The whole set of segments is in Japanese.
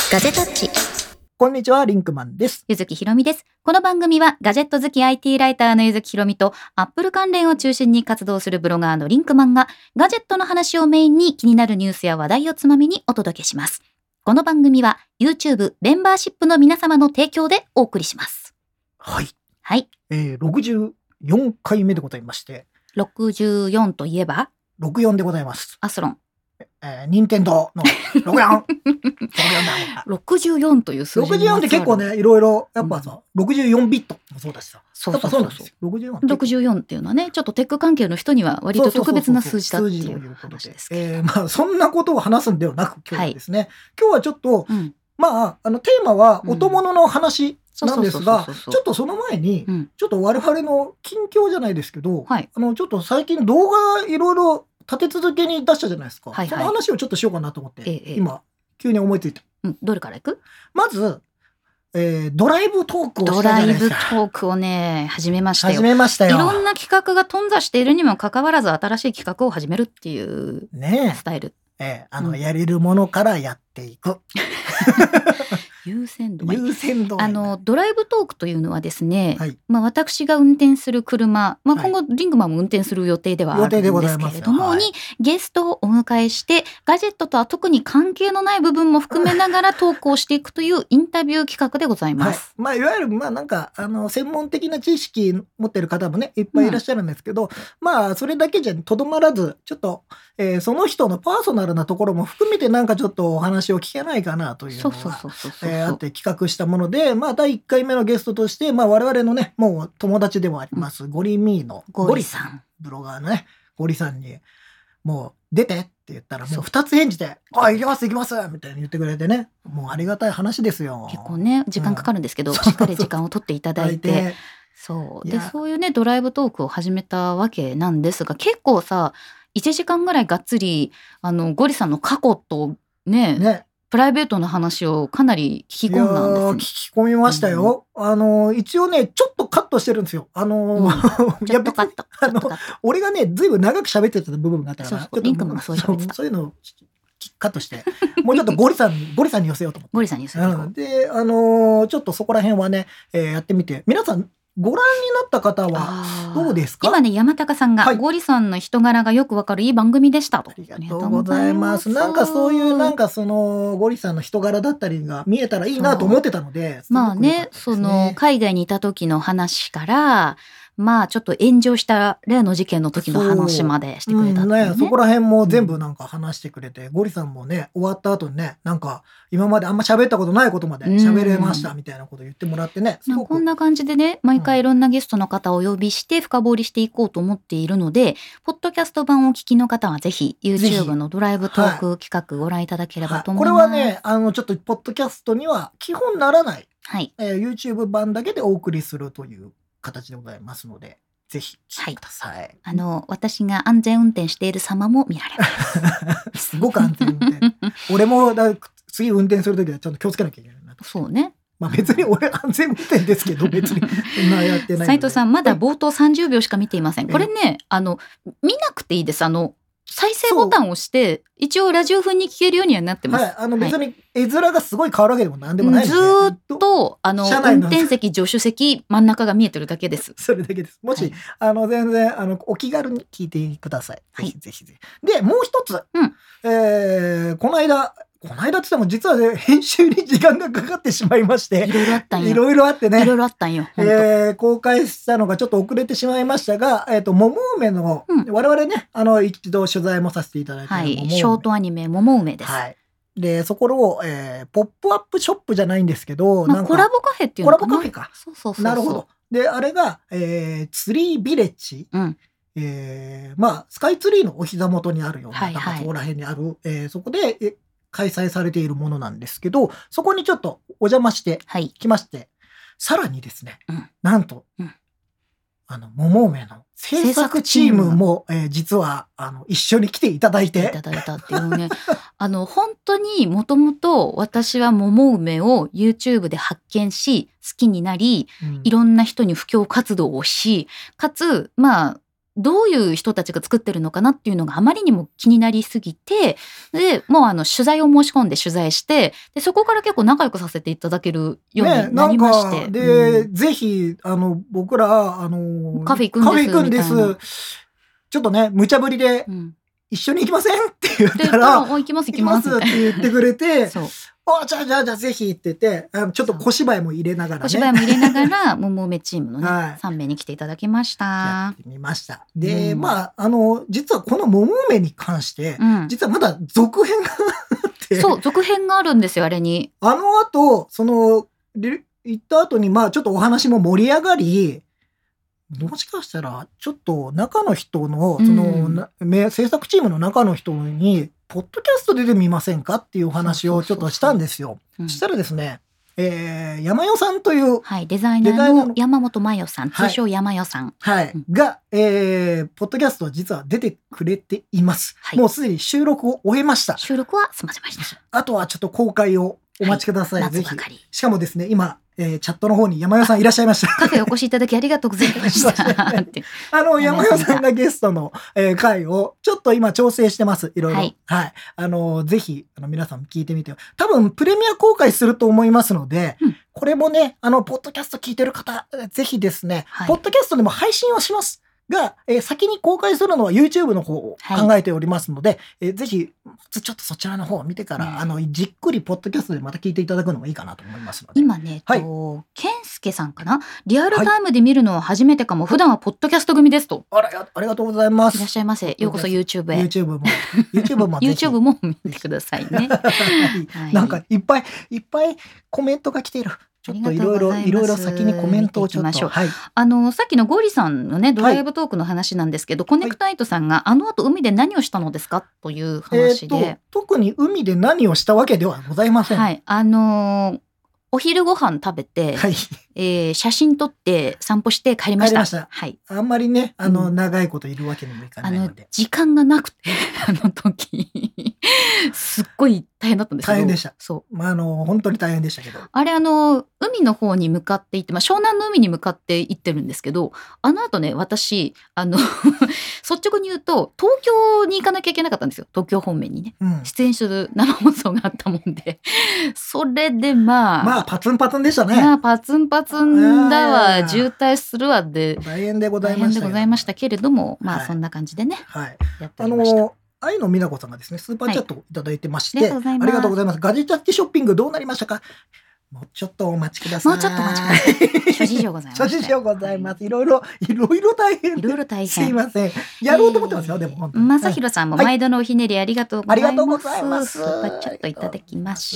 ガジェタッチ。 こんにちは、リンクマンです。 ゆずきひろみです。この番組はガジェット好き IT ライターのゆずきひろみとアップル関連を中心に活動するブロガーのリンクマンがガジェットの話をメインに気になるニュースや話題をつまみにお届けします。この番組は YouTube メンバーシップの皆様の提供でお送りします。 はい。 はい。 64回目でございまして。 64といえば 64でございます。 アスロン。 任天堂の64。 64という数字に 64って結構ね、いろいろ、やっぱさ、64ビットもそうだしさ。 そうなんですよ。 64っていうのはね、ちょっとテック関係の人には割と特別な数字だっていう話ですけど。 まあ、そんなことを話すんではなく、今日はですね、今日はちょっと、まあ、テーマはお供の話なんですが、ちょっとその前に、ちょっと我々の近況じゃないですけど、ちょっと最近動画いろいろ立て続けに出したじゃないですか。その話をちょっとしようかなと思って、今、急に思いついた。 どれからいく？ まず、ドライブトークをしたじゃないですか。 ドライブトークをね、始めましたよ。 始めましたよ。 いろんな企画が頓挫しているにもかかわらず、新しい企画を始めるっていうスタイル。 やれるものからやっていく。 優先度。ドライブトークというのはですね、私が運転する車、今後リングマンも運転する予定ではあるんですけれども、にゲストをお迎えしてガジェットとは特に関係のない部分も含めながらトークをしていくというインタビュー企画でございます。 いわゆるなんか専門的な知識持ってる方もねいっぱいいらっしゃるんですけど、それだけじゃとどまらずちょっと、その人のパーソナルなところも含めてなんかちょっとお話を聞けないかなというのがあって企画したもので、第1回目のゲストとして、我々のね、もう友達でもあります、ゴリミーのゴリさん、ブロガーのね、ゴリさんに、もう出てって言ったら、もう2つ返事で、行きますみたいに言ってくれてね、もうありがたい話ですよ。 結構ね、時間かかるんですけど、しっかり時間を取っていただいて、そういうね、ドライブトークを始めたわけなんですが、結構さ、1時間ぐらいがっつり、ゴリさんの過去とね、プライベートの話をかなり聞き込んだんですね。 聞き込みましたよ。一応ね、ちょっとカットしてるんですよ。 ちょっとカット。 俺がね、ずいぶん長く喋ってた部分があったから、 リンクマンがそういうのをカットして、もうちょっとゴリさんに寄せようと思って。 ゴリさんに寄せよう。 で、ちょっとそこら辺はね、やってみて、皆さん、ご覧になった方はどうですか？ 今ね、山高さんが、ゴリさんの人柄がよくわかるいい番組でしたと。 ありがとうございます。なんかそういうゴリさんの人柄だったりが見えたらいいなと思ってたので、 海外にいた時の話から、ちょっと炎上した例の事件の時の話までしてくれたっていうね。 そこら辺も全部なんか話してくれて、ゴリさんもね、終わった後にね、なんか今まであんま喋ったことないことまで喋れましたみたいなこと言ってもらってね。 こんな感じでね、毎回いろんなゲストの方をお呼びして深掘りしていこうと思っているので、ポッドキャスト版をお聞きの方はぜひ YouTube のドライブトーク企画ご覧いただければと思います。 これはね、ちょっとポッドキャストには基本ならない、YouTube 版だけでお送りするという形でございますので、ぜひ聞いてください。 私が安全運転している様も見られます。 すごく安全運転。俺も次運転するときはちゃんと気をつけなきゃいけないなと。 そうね。 別に俺安全運転ですけど、別にやってない。 斉藤さん、まだ冒頭30秒しか見ていません。これね、見なくていいです。再生ボタンを押して、一応ラジオ風に聞けるようにはなってます。 別に絵面がすごい変わるわけでも何でもないので。 ずーっと、運転席、助手席、真ん中が見えてるだけです。 それだけです。もし、全然、お気軽に聞いてください。ぜひ。で、もう一つ。この間って言っても実はね、編集に時間がかかってしまいまして。 いろいろあったんよ。 いろいろあってね。 いろいろあったんよ。 公開したのがちょっと遅れてしまいましたが、桃梅の、我々ね、一度取材もさせていただいてショートアニメ、桃梅です。 で、そこを、ポップアップショップじゃないんですけど、 コラボカフェっていうのかな。 コラボカフェか。 そう。 なるほど。で、あれが、ツリービレッジ。スカイツリーのお膝元にあるような、そこら辺にある、そこで、開催されているものなんですけど、そこにちょっとお邪魔してきまして、さらにですね、なんと、桃梅の制作チームも、実は一緒に来ていただいて。 いただいたっていうね。本当にもともと私は桃梅を YouTube で発見し、好きになり、いろんな人に布教活動をし、かつ、 どういう人たちが作ってるのかなっていうのがあまりにも気になりすぎて、でもう取材を申し込んで取材して、でそこから結構仲良くさせていただけるようになりまして、 で、ぜひ僕らカフェ行くんですみたいな、ちょっとね無茶ぶりで、一緒に行きませんって言ったら、 行きますって言ってくれて、 そう。 じゃあぜひって言って、ちょっと小芝居も入れながらね。 小芝居も入れながら、桃梅チームのね、3名に来ていただきました。 やってみました。で、実はこの桃梅に関して、実はまだ続編があって。 そう、続編があるんですよ、あれに。 後、行った後に、ちょっとお話も盛り上がり、もしかしたら、ちょっと中の人の、制作チームの中の人に、ポッドキャスト出てみませんかっていうお話をちょっとしたんですよ。そしたらですね、山代さんという、 はい、デザイナーの山本真代さん、通称山代さん。 はい。が、ポッドキャストは実は出てくれています。もうすでに収録を終えました。 収録は済ませました。 あとはちょっと公開をお待ちください。ぜひ。しかもですね、今、チャットの方に山代さんいらっしゃいました。 カフェお越しいただきありがとうございました。 山代さんがゲストの回をちょっと今調整してます。いろいろ。はい。ぜひ、皆さん聞いてみてよ。多分、プレミア公開すると思いますので、これもね、ポッドキャスト聞いてる方、ぜひですね、ポッドキャストでも配信はします。が、先に公開するのは YouTube の方を考えておりますので、ぜひ、ちょっとそちらの方を見てから、じっくりポッドキャストでまた聞いていただくのもいいかなと思いますので。 今ね、健介さんかな、リアルタイムで見るのは初めてかも、普段はポッドキャスト組ですと。 ありがとうございます。 いらっしゃいませ。ようこそ YouTube へ。 YouTube も。 YouTube も見てくださいね。 なんかいっぱいコメントが来ている。ちょっといろいろ先にコメントをちょっと。 さっきのゴリさんのね、ドライブトークの話なんですけど、コネクタイトさんが後海で何をしたのですかという話で。 特に海で何をしたわけではございません。 はい。お昼ご飯食べて、写真撮って散歩して帰りました。はい。 あんまりね、長いこといるわけにもいかないので。 時間がなくて、時、すっごい大変だったんですけど。 大変でした。 そう。 本当に大変でしたけど。 あれ、海の方に向かって行って、湘南の海に向かって行ってるんですけど、後ね、私、率直に言うと、東京に行かなきゃいけなかったんですよ。東京方面にね。出演する生放送があったもんで。それでパツンパツンでしたね。 パツンパツンだわ、渋滞するわで。 大変でございましたけれども、そんな感じでね。やっておりました。 愛の美奈子さんがですね、スーパーチャットをいただいてまして、ありがとうございます。ガジェタッチショッピングどうなりましたか？もうちょっとお待ちください。 もうちょっとお待ちください。諸事情ございます。 諸事情ございます。いろいろ大変。 いろいろ大変。 すいません。やろうと思ってますよ、でも本当に。 正弘さんも毎度のおひねりありがとうございます。 ありがとうございます。 スーパーチャットいただきました。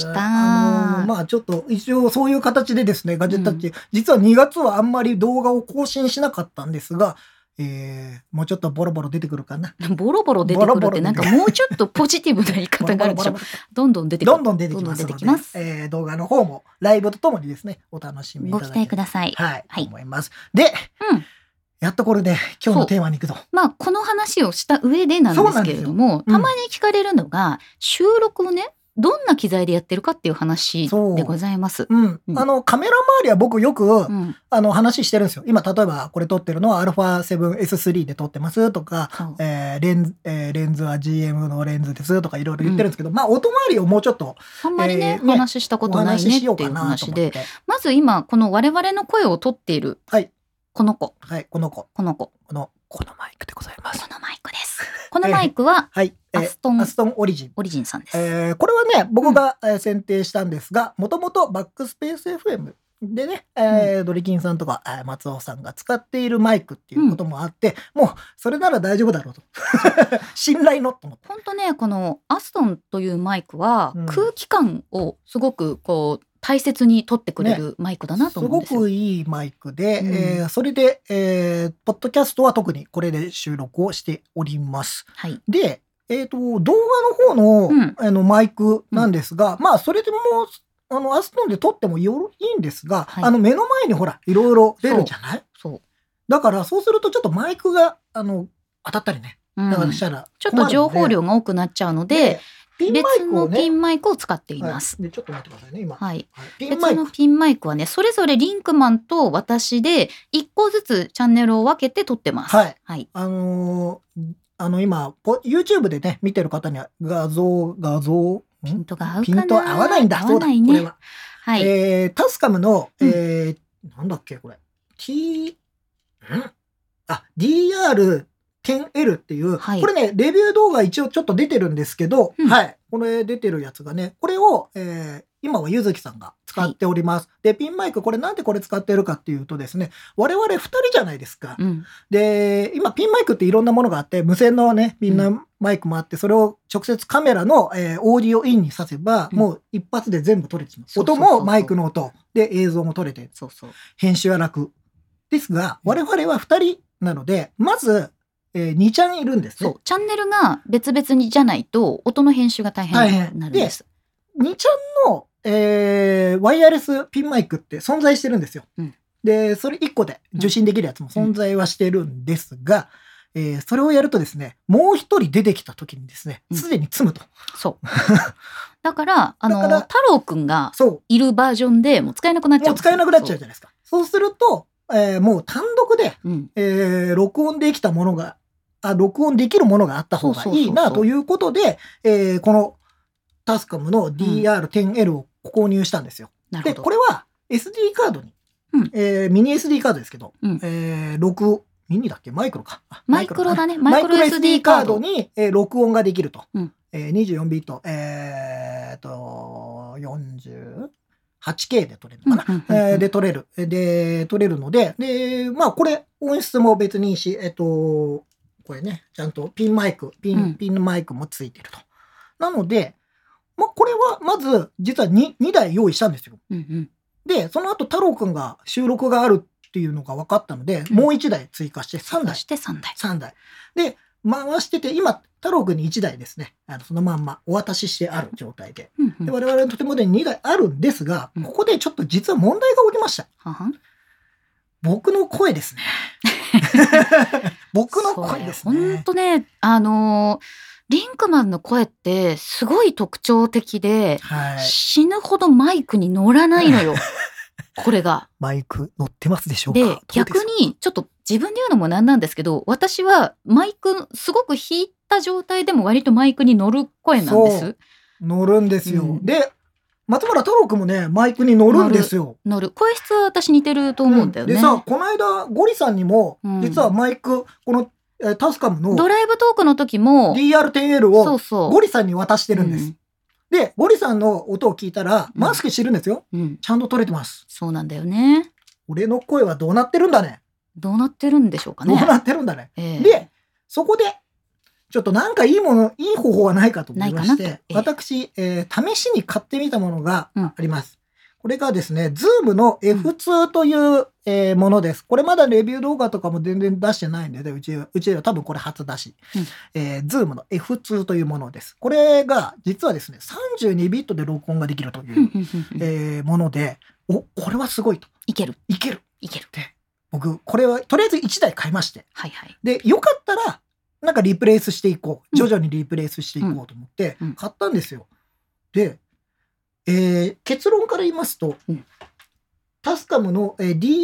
ちょっと一応そういう形でですね、ガジェタッチ、実は2月はあんまり動画を更新しなかったんですが、もうちょっとボロボロ出てくるかな。 ボロボロ出てくるってなんかもうちょっとポジティブな言い方があるでしょ。どんどん出てきます。 動画の方もライブとともにですね、お楽しみいただきご期待ください。 はい。思います。で、やっとこれで今日のテーマに行くと。 この話をした上でなんですけれども、たまに聞かれるのが、収録をね、どんな機材でやってるかっていう話でございます。 カメラ周りは僕よく、話してるんですよ。今、例えばこれ撮ってるのは α7S3 で撮ってますとか、レンズは GM のレンズですとかいろいろ言ってるんですけど、音周りをもうちょっと。 あんまりね、話したことないねっていう話で、まず今、この我々の声を撮っている、この子。 はい、このマイクでございます。 このマイクです。このマイクは、アストンオリジンさんです。 これはね、僕が選定したんですが、もともとバックスペース FM でね、ドリキンさんとか松尾さんが使っているマイクっていうこともあって、もうそれなら大丈夫だろうと。信頼のと思って。 本当ね、このアストンというマイクは空気感をすごく大切に取ってくれるマイクだなと思うんですよ。 すごくいいマイクで、それで、ポッドキャストは特にこれで収録をしております。で、動画の方の、マイクなんですが、それでもアストンで撮ってもいいんですが、目の前にほらいろいろ出るじゃない？だからそうするとちょっとマイクが当たったりね。だからしたらちょっと情報量が多くなっちゃうので、 別のピンマイクを使っています。 でちょっと待ってくださいね今。 はい。別のピンマイクはね、それぞれリンクマンと私で1個ずつチャンネルを分けて撮ってます。 はい。はい、今YouTube でね見てる方には画像ピントが合うかな。 ピント合わないんだ。 合わないね。 そうだこれは。 はい。 タスカムのなんだっけこれ DR10L っていう、はい、これねレビュー動画一応ちょっと出てるんですけど、はい、これ出てるやつがね、これを、今はゆずきさんが使っております。はい、でピンマイクこれなんでこれ使ってるかっていうとですね、我々2人じゃないですか。で今ピンマイクっていろんなものがあって、無線のねピンマイクもあって、それを直接カメラの、オーディオインにさせば、もう一発で全部撮れてしまう。音もマイクの音で映像も撮れて、編集は楽ですが、我々は2人なので、まず2チャンいるんですね。 そう、チャンネルが別々にじゃないと音の編集が大変になるんです。 で2チャンの、ワイヤレスピンマイクって存在してるんですよ。でそれ1個で受信できるやつも存在はしてるんですが、それをやるとですね、もう一人出てきた時にですね、すでに積むと。 そうだから太郎くんがいるバージョンでもう使えなくなっちゃう。 もう使えなくなっちゃうじゃないですか。そうすると、もう単独で、録音できたものが録音できるものがあった方がいいなということで、このタスカムの DR10L を購入したんですよ。で、これは SD カードに、ミニ SD カードですけど、ミニだっけマイクロか。 マイクロだね。 マイクロ SD カードに、録音ができると。24ビート、48K で撮れるのかな。で、撮れるので、で、まあ、これ、音質も別にいいし、これね、ちゃんとピンマイクもついてると。なので、まあ、これはまず、実は 2台用意したんですよ。で、その後、太郎くんが収録があるっていうのが分かったので、もう1台追加して3台。3台。で、回してて、今、太郎くんに1台ですね。そのまんまお渡ししてある状態で。で我々のとてもで2台あるんですが、ここでちょっと実は問題が起きました。僕の声ですね。僕の声ですね。 本当ね、リンクマンの声ってすごい特徴的で、死ぬほどマイクに乗らないのよ。これが。 マイク乗ってますでしょうか。 で、逆にちょっと自分で言うのもなんなんですけど、私はマイクすごく弾いた状態でも割とマイクに乗る声なんです。 乗るんですよ。で、松村太郎くんもね、マイクに乗るんですよ。 乗る。声質は私似てると思うんだよね。 でさ、この間、ゴリさんにも、実はマイク、このタスカムのドライブトークの時も DR10L をゴリさんに渡してるんです。で、ゴリさんの音を聞いたら、マスクしてるんですよ。ちゃんと取れてます。 そうなんだよね。 俺の声はどうなってるんだね。 どうなってるんでしょうかね。 どうなってるんだね。で、そこで、ちょっいい方法はないかと思いまして、私、試しに買ってみたものがあります。これがですね、Zoom の F2 という、ものです。これまだレビュー動画とかも全然出してないんで、うちでは多分これ初出し。Zoom の F2 というものです。これが実はですね、32ビットで録音ができるという、もので、これはすごいと。いける。で、僕、これはとりあえず1台買いまして。で、よかったら、なんかリプレイスしていこう。徐々にリプレイスしていこうと思って買ったんですよ。で、結論から言いますと、タスカムの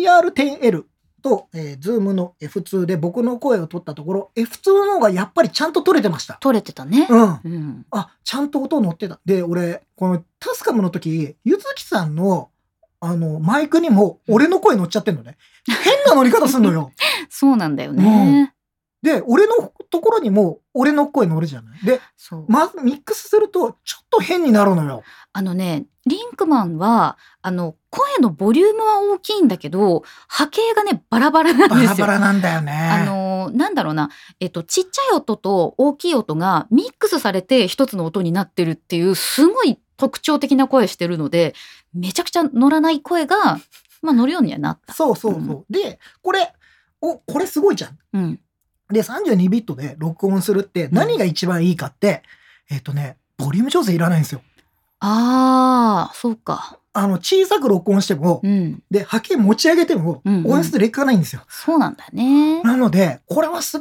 DR10L と、Zoom の F2 で僕の声を取ったところ、F2 の方がやっぱりちゃんと取れてました。 取れてたね。 ちゃんと音乗ってた。で、俺、このタスカムの時、ゆずきさんのマイクにも俺の声乗っちゃってんのね。変な乗り方すんのよ。 そうなんだよね。 で、俺のところにも俺の声乗るじゃない。で、ミックスするとちょっと変になるのよ。 リンクマンは、声のボリュームは大きいんだけど、波形がね、バラバラなんですよ。 バラバラなんだよね。 なんだろうな、ちっちゃい音と大きい音がミックスされて一つの音になってるっていう、すごい特徴的な声してるので、めちゃくちゃ乗らない声が、乗るようにはなった。 そう。で、これすごいじゃん。で、32ビットで録音するって何が一番いいかって、ボリューム調整いらないんですよ。 そうか。 小さく録音しても、で、波形持ち上げても、音質劣化ないんですよ。 そうなんだね。 なので、これはすごい。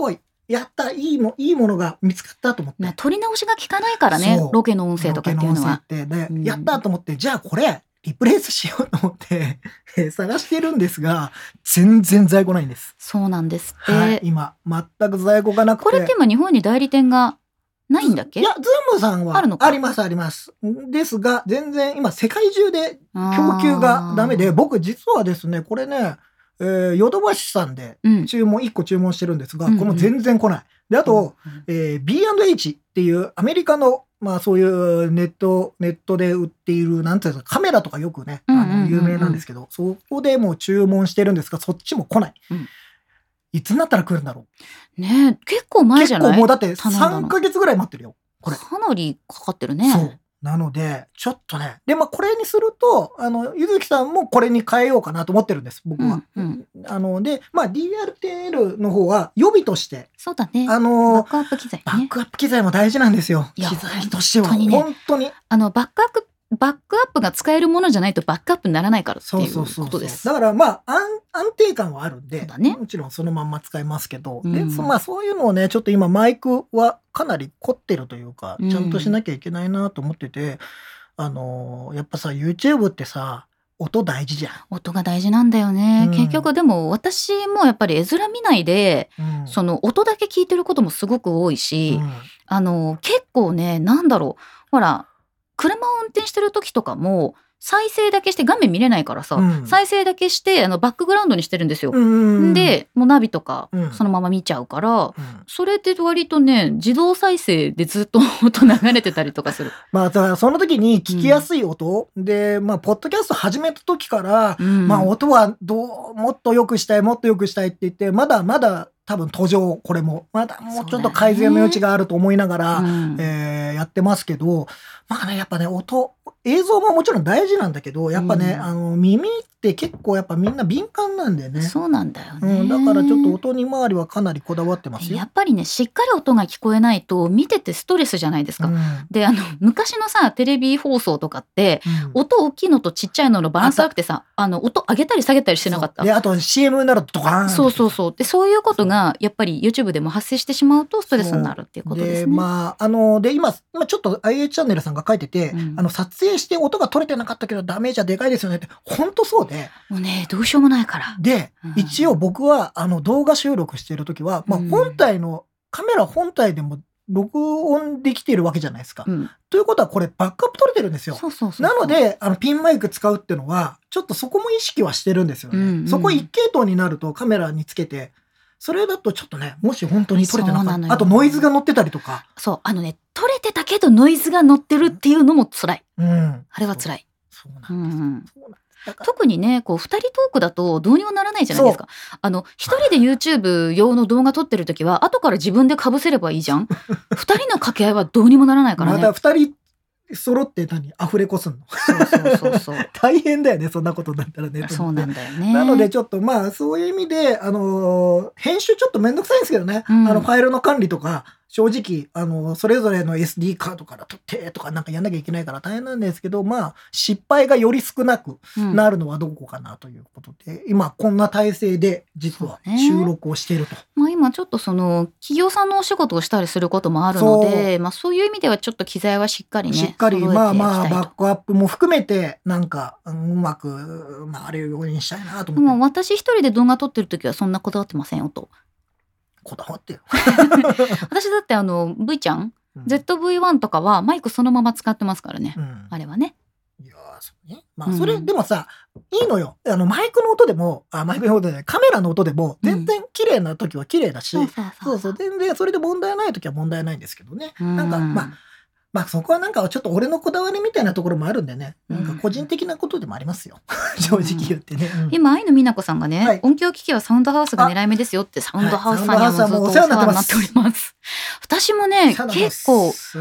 やった、いいものが見つかったと思って。 撮り直しが効かないからね、ロケの音声とかっていうのは。 で、やったと思って、じゃあこれ、リプレイスしようと思って探してるんですが、全然在庫ないんです。 そうなんですって。 はい、今、全く在庫がなくて。 これって今日本に代理店がないんだっけ？ いや、ズームさんはあります、あります。ですが、全然今世界中で供給がダメで、僕実はですね、これね、ヨドバシさんで1個注文してるんですが、これも全然来ない。で、あと、B&H っていうアメリカの、まあそういうネットで売っている、なんていうんですか、カメラとかよくね、有名なんですけど、そこでもう注文してるんですが、そっちも来ない。いつになったら来るんだろう。ねえ、結構前じゃない？ 結構もうだって3ヶ月ぐらい待ってるよ。これ。 かなりかかってるね。 そう。なので、ちょっとね。で、まあ、これにすると、ゆずきさんもこれに変えようかなと思ってるんです、僕は。で、まあ、DRTL の方は予備として。 そうだね。バックアップ機材ね。 バックアップ機材も大事なんですよ。機材としては。本当に。 バックアップが使えるものじゃないとバックアップにならないからっていうことです。 だからまあ、安定感はあるんで、 ね、 もちろんそのまんま使えますけど、でまあそういうのをね、ちょっと今マイクはかなり凝ってるというか、ちゃんとしなきゃいけないなと思ってて、やっぱさ、YouTube ってさ、音大事じゃん。 音が大事なんだよね。結局でも私もやっぱり絵面見ないで、その音だけ聞いてることもすごく多いし、結構ね、なんだろう、ほら、車を運転してる時とかも再生だけして画面見れないからさ、再生だけしてバックグラウンドにしてるんですよ。でもうナビとかそのまま見ちゃうから、それって割とね自動再生でずっと音流れてたりとかする。 まあその時に聞きやすい音、でまあポッドキャスト始めた時から、まあ音はもっと良くしたいって言ってまだまだ多分途上、これもまだもうちょっと改善の余地があると思いながら、やってますけど、まあね、やっぱね、映像ももちろん大事なんだけど、やっぱね、耳って結構やっぱみんな敏感なんでね。 そうなんだよね。 だからちょっと音に回りはかなりこだわってますよ。 やっぱりね、しっかり音が聞こえないと見ててストレスじゃないですか。で、昔のさ、テレビ放送とかって、音大きいのとちっちゃいののバランス悪くてさ、音上げたり下げたりしてなかった。 で、あと CM になるとドカーン。 そう。で、そういうことがやっぱり YouTube でも発生してしまうとストレスになるっていうことですね。 で、まあ、で、今ちょっと IH チャンネルさんが書いてて、撮影して音が取れてなかったけどダメージはでかいですよねって、本当そうで。 もうね、どうしようもないから。 で、一応僕は動画収録しているときは、まあカメラ本体でも録音できてるわけじゃないですか。ということはこれバックアップ取れてるんですよ。なので、ピンマイク使うっていうのは、ちょっとそこも意識はしてるんですよね。そこ一系統になるとカメラにつけて、それだとちょっとね、もし本当に撮れてなかった。あとノイズが乗ってたりとか。 そう、撮れてたけどノイズが乗ってるっていうのも辛い。あれは辛い。 そうなんです。 特にね、こう2人トークだとどうにもならないじゃないですか。1人で YouTube 用の動画撮ってる時は後から自分で被せればいいじゃん。2人の掛け合いはどうにもならないからね。 また2人揃ってアフレコすんの。そう。大変だよね、そんなことになったらね。 そうなんだよね。 なのでちょっとまあそういう意味で編集ちょっとめんどくさいんですけどね。ファイルの管理とか。正直、それぞれの SD カードから取ってとかなんかやんなきゃいけないから大変なんですけど、まあ、失敗がより少なくなるのはどこかなということで、今こんな体制で実は収録をしていると。 まあ今ちょっと企業さんのお仕事をしたりすることもあるので、まあそういう意味ではちょっと機材はしっかりね。 しっかり、まあバックアップも含めて、なんか、うまく回れるようにしたいなと思って。 もう私一人で動画撮ってる時はそんなこだわってませんよと。 こだわってよ。 私だってV ちゃん、ZV-1 とかはマイクそのまま使ってますからね。あれはね。 いやそうね。まあそれ、でもさ、いいのよ。マイクの音でも、マイクの音でカメラの音でも全然綺麗な時は綺麗だし、そう全然それで問題ない時は問題ないんですけどね。なんかまあそこはなんかちょっと俺のこだわりみたいなところもあるんでね、なんか個人的なことでもありますよ。正直言ってね。 今、愛の美奈子さんがね、音響機器はサウンドハウスが狙い目ですよって、サウンドハウスさんにはもうずっとお世話になっております。私もね、結構、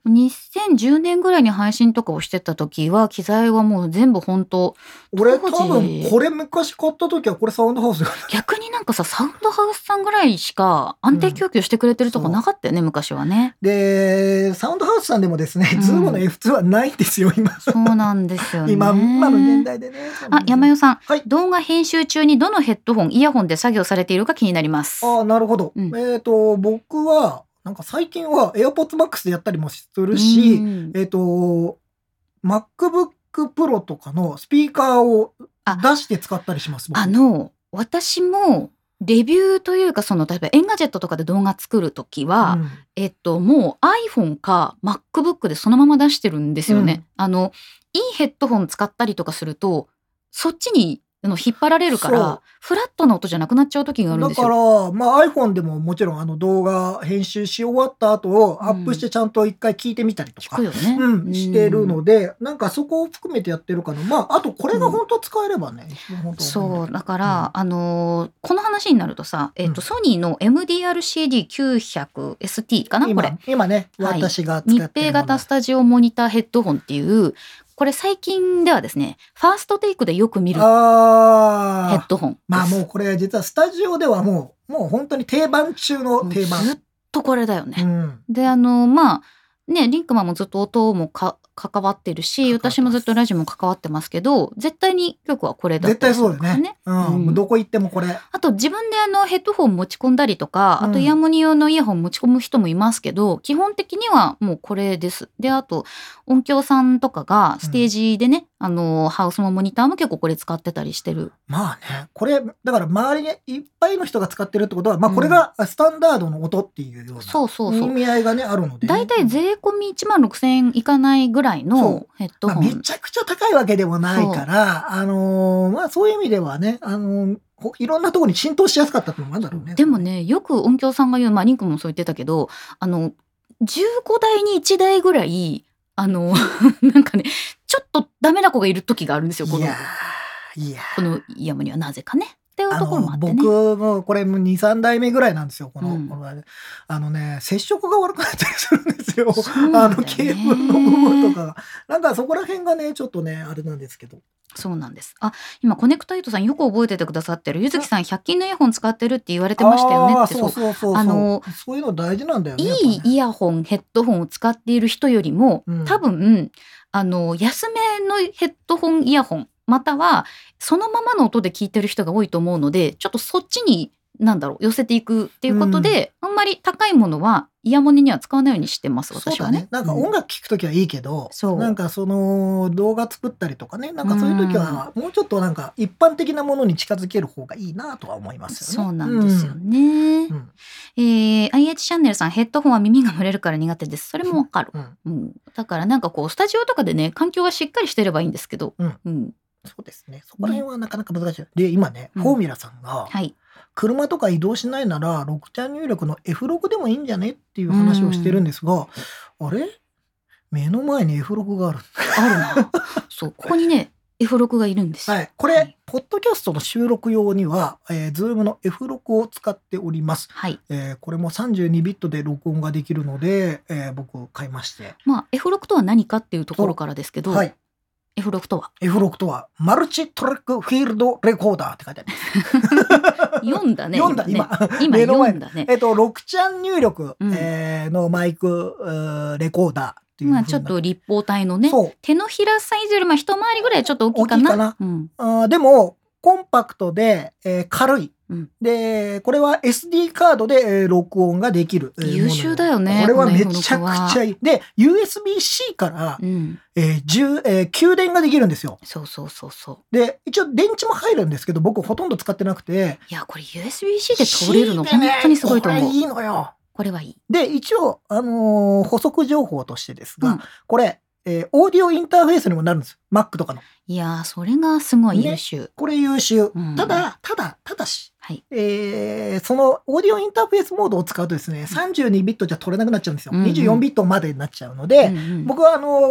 2010年ぐらいに配信とかをしてた時は機材はもう全部本当俺多分これ昔買った時はこれサウンドハウスだ逆になんかさサウンドハウスさんぐらいしか安定供給してくれてるとこなかったよね、昔はね。 でサウンドハウスさんでもですね、ズームの F2 はないんですよ今。 そうなんですよね今の年代でね。 山代さん、はい、動画編集中にどのヘッドホンイヤホンで作業されているか気になります。 なるほど、僕はなんか最近は AirPods Max でやったりもするし、MacBook Pro とかのスピーカーを出して使ったりします。 私もレビューというか例えばエンガジェットとかで動画作るときは、もう iPhone か MacBook でそのまま出してるんですよね。いいヘッドホン使ったりとかするとそっちに引っ張られるからフラットな音じゃなくなっちゃう時があるんですよ。 だから、iPhone でももちろん動画編集し終わった後をアップしてちゃんと一回聞いてみたりとか、してるので、なんかそこを含めてやってるかな。あとこれが本当使えればね、 そうだから、この話になるとさ、ソニーの MDR-CD900ST かな、これ今ね私が使ってる密閉型スタジオモニターヘッドホンっていうこれ最近ではですねファーストテイクでよく見るヘッドホン。 もうこれ実はスタジオではもう本当に定番中の定番。 ずっとこれだよね。でリンクマンもずっと音も関わってるし、私もずっとラジオも関わってますけど、絶対に曲はこれだったりするからね。 絶対そうだね。どこ行ってもこれ。 あと自分でヘッドホン持ち込んだりとか、あとイヤモニ用のイヤホン持ち込む人もいますけど、基本的にはもうこれです。で、あと音響さんとかがステージでね、ハウスもモニターも結構これ使ってたりしてる。 これだから周りにいっぱいの人が使ってるってことは、これがスタンダードの音っていうような意味合いがねあるので、 だいたい税込み16,000円いかないぐらいのヘッドホン。 めちゃくちゃ高いわけでもないから、そういう意味ではね、いろんなところに浸透しやすかったっていうのもあるんだろうね。 でもね、よく音響さんが言う、リンクもそう言ってたけど、15台に1台ぐらいなんかねちょっとダメな子がいる時があるんですよ。このイヤモニはなぜかねっていうところもあってね。 僕もこれ2、3代目ぐらいなんですよ。接触が悪くなったりするんですよ。ケーブルの部分とかが。なんかそこら辺がね、ちょっとね、あれなんですけど。 そうなんです。今コネクトエイトさんよく覚えててくださってる。ゆずきさん100均のイヤホン使ってるって言われてましたよねって。 そういうの大事なんだよね。 いいイヤホン、ヘッドホンを使っている人よりも、多分安めのヘッドホンイヤホンまたはそのままの音で聞いてる人が多いと思うので、ちょっとそっちに寄せていくっていうことで、あんまり高いものはイヤモニには使わないようにしてます、私はね。 なんか音楽聴くときはいいけど、なんか動画作ったりとかね、なんかそういうときはもうちょっとなんか一般的なものに近づける方がいいなとは思いますよね。 そうなんですよね。IH チャンネルさん、ヘッドホンは耳が蒸れるから苦手です。それもわかる。だからなんかスタジオとかでね、環境がしっかりしてればいいんですけど。 そうですね。そこら辺はなかなか難しい。で、今ね、フォーミュラさんが、車とか移動しないなら、6チャン入力の F6 でもいいんじゃねっていう話をしてるんですが、あれ目の前に F6 がある。 あるな。そう、ここにね、F6 がいるんですよ。 これ、ポッドキャストの収録用には、Zoom の F6 を使っております。これも32ビットで録音ができるので、僕買いまして。 F6 とは何かっていうところからですけど、F6 とは F6 とはマルチトラックフィールドレコーダーって書いてあります。 読んだね。 読んだ今読んだね。 6チャン入力、のマイクレコーダーっていうちょっと立方体のね、手のひらサイズより一回りぐらいちょっと大きいかな。 でもコンパクトで、軽い。でこれは SD カードで、録音ができる優秀だよね。 これはめちゃくちゃいい。で USB-C から、給電ができるんですよ。で一応電池も入るんですけど、僕ほとんど使ってなくて。 いやこれ USB-C で通れるの本当にすごいと思う。 これいいのよ。 これはいい。 で一応、補足情報としてですが、これオーディオインターフェースにもなるんです。Mac とかの。 いやそれがすごい優秀。 これ優秀。ただし、そのオーディオインターフェースモードを使うとですね、32ビットじゃ取れなくなっちゃうんですよ。24ビットまでになっちゃうので、僕は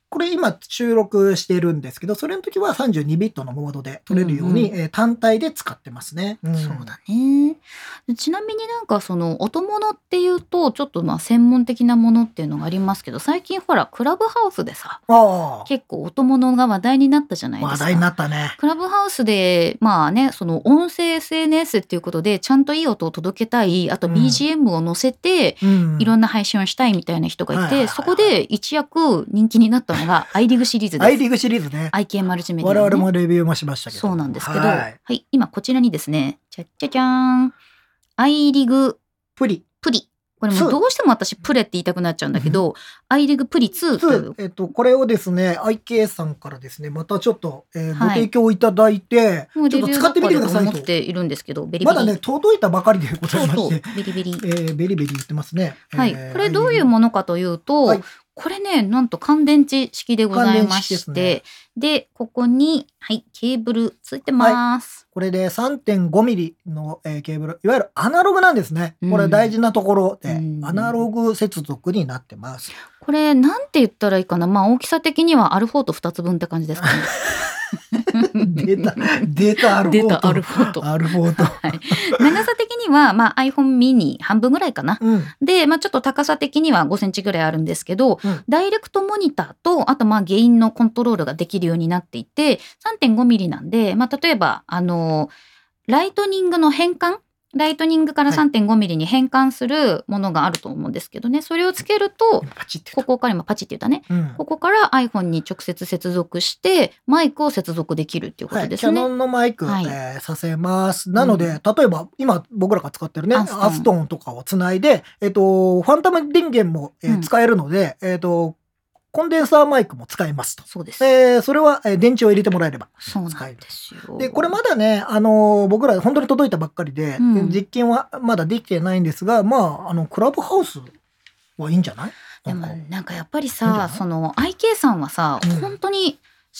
これ今収録してるんですけど、それの時は32ビットのモードで撮れるように、単体で使ってますね。 そうだね。ちなみになんかその音物っていうとちょっとまあ専門的なものっていうのがありますけど、最近ほらクラブハウスでさ、結構音物が話題になったじゃないですか。 話題になったね。 クラブハウスでまあね、その音声 SNS っていうことでちゃんといい音を届けたい、あと BGM を載せていろんな配信をしたいみたいな人がいて、そこで一躍人気になったのがアイリグシリーズです。 アイリグシリーズね。 IK マルチメディア、ね、 我々もレビューもしましたけど。 そうなんですけど、はい、今こちらにですね、じゃじゃじゃーん、アイリグプリ。 これもどうしても私プレって言いたくなっちゃうんだけど、アイリグプリ2という。 これをですね、IK さんからですね、またちょっと、ご提供いただいて、ちょっと使ってみてくださいと。 思っているんですけど、ベリベリ。 まだね、届いたばかりでございまして。 そうベリベリ。 ベリベリ言ってますね。 はい。これどういうものかというと、これね、なんと乾電池式でございまして、で、ここに、はい、ケーブルついてます。 これで 3.5 ミリの、ケーブル、いわゆるアナログなんですね。これ大事なところで、アナログ接続になってます。 これ、なんて言ったらいいかな。まあ、大きさ的にはアルフォート2つ分って感じですかね。 出たアルフォート。 はい、長さ的には、まあ、iPhone mini 半分ぐらいかな。で、まあ、ちょっと高さ的には5センチぐらいあるんですけど、ダイレクトモニターと、あとまあゲインのコントロールができるようになっていて、3.5 ミリなんで、まあ、例えば、ライトニングの変換、ライトニングから 3.5 ミリに変換するものがあると思うんですけどね。それをつけると、ここから今パチって言ったね。ここから iPhone に直接接続して、マイクを接続できるっていうことですね。 キャノンのマイク、させます。なので、例えば今僕らが使ってるね、アストーンとかをつないで、ファントム電源も、使えるので、コンデンサーマイクも使えますと。 そうです。 それは電池を入れてもらえれば使える。そうなんですよ。 で、これまだね、僕ら本当に届いたばっかりで、実験はまだできてないんですが、まあ、クラブハウスはいいんじゃない？ でもなんかやっぱりさ、その IK さんはさ、本当に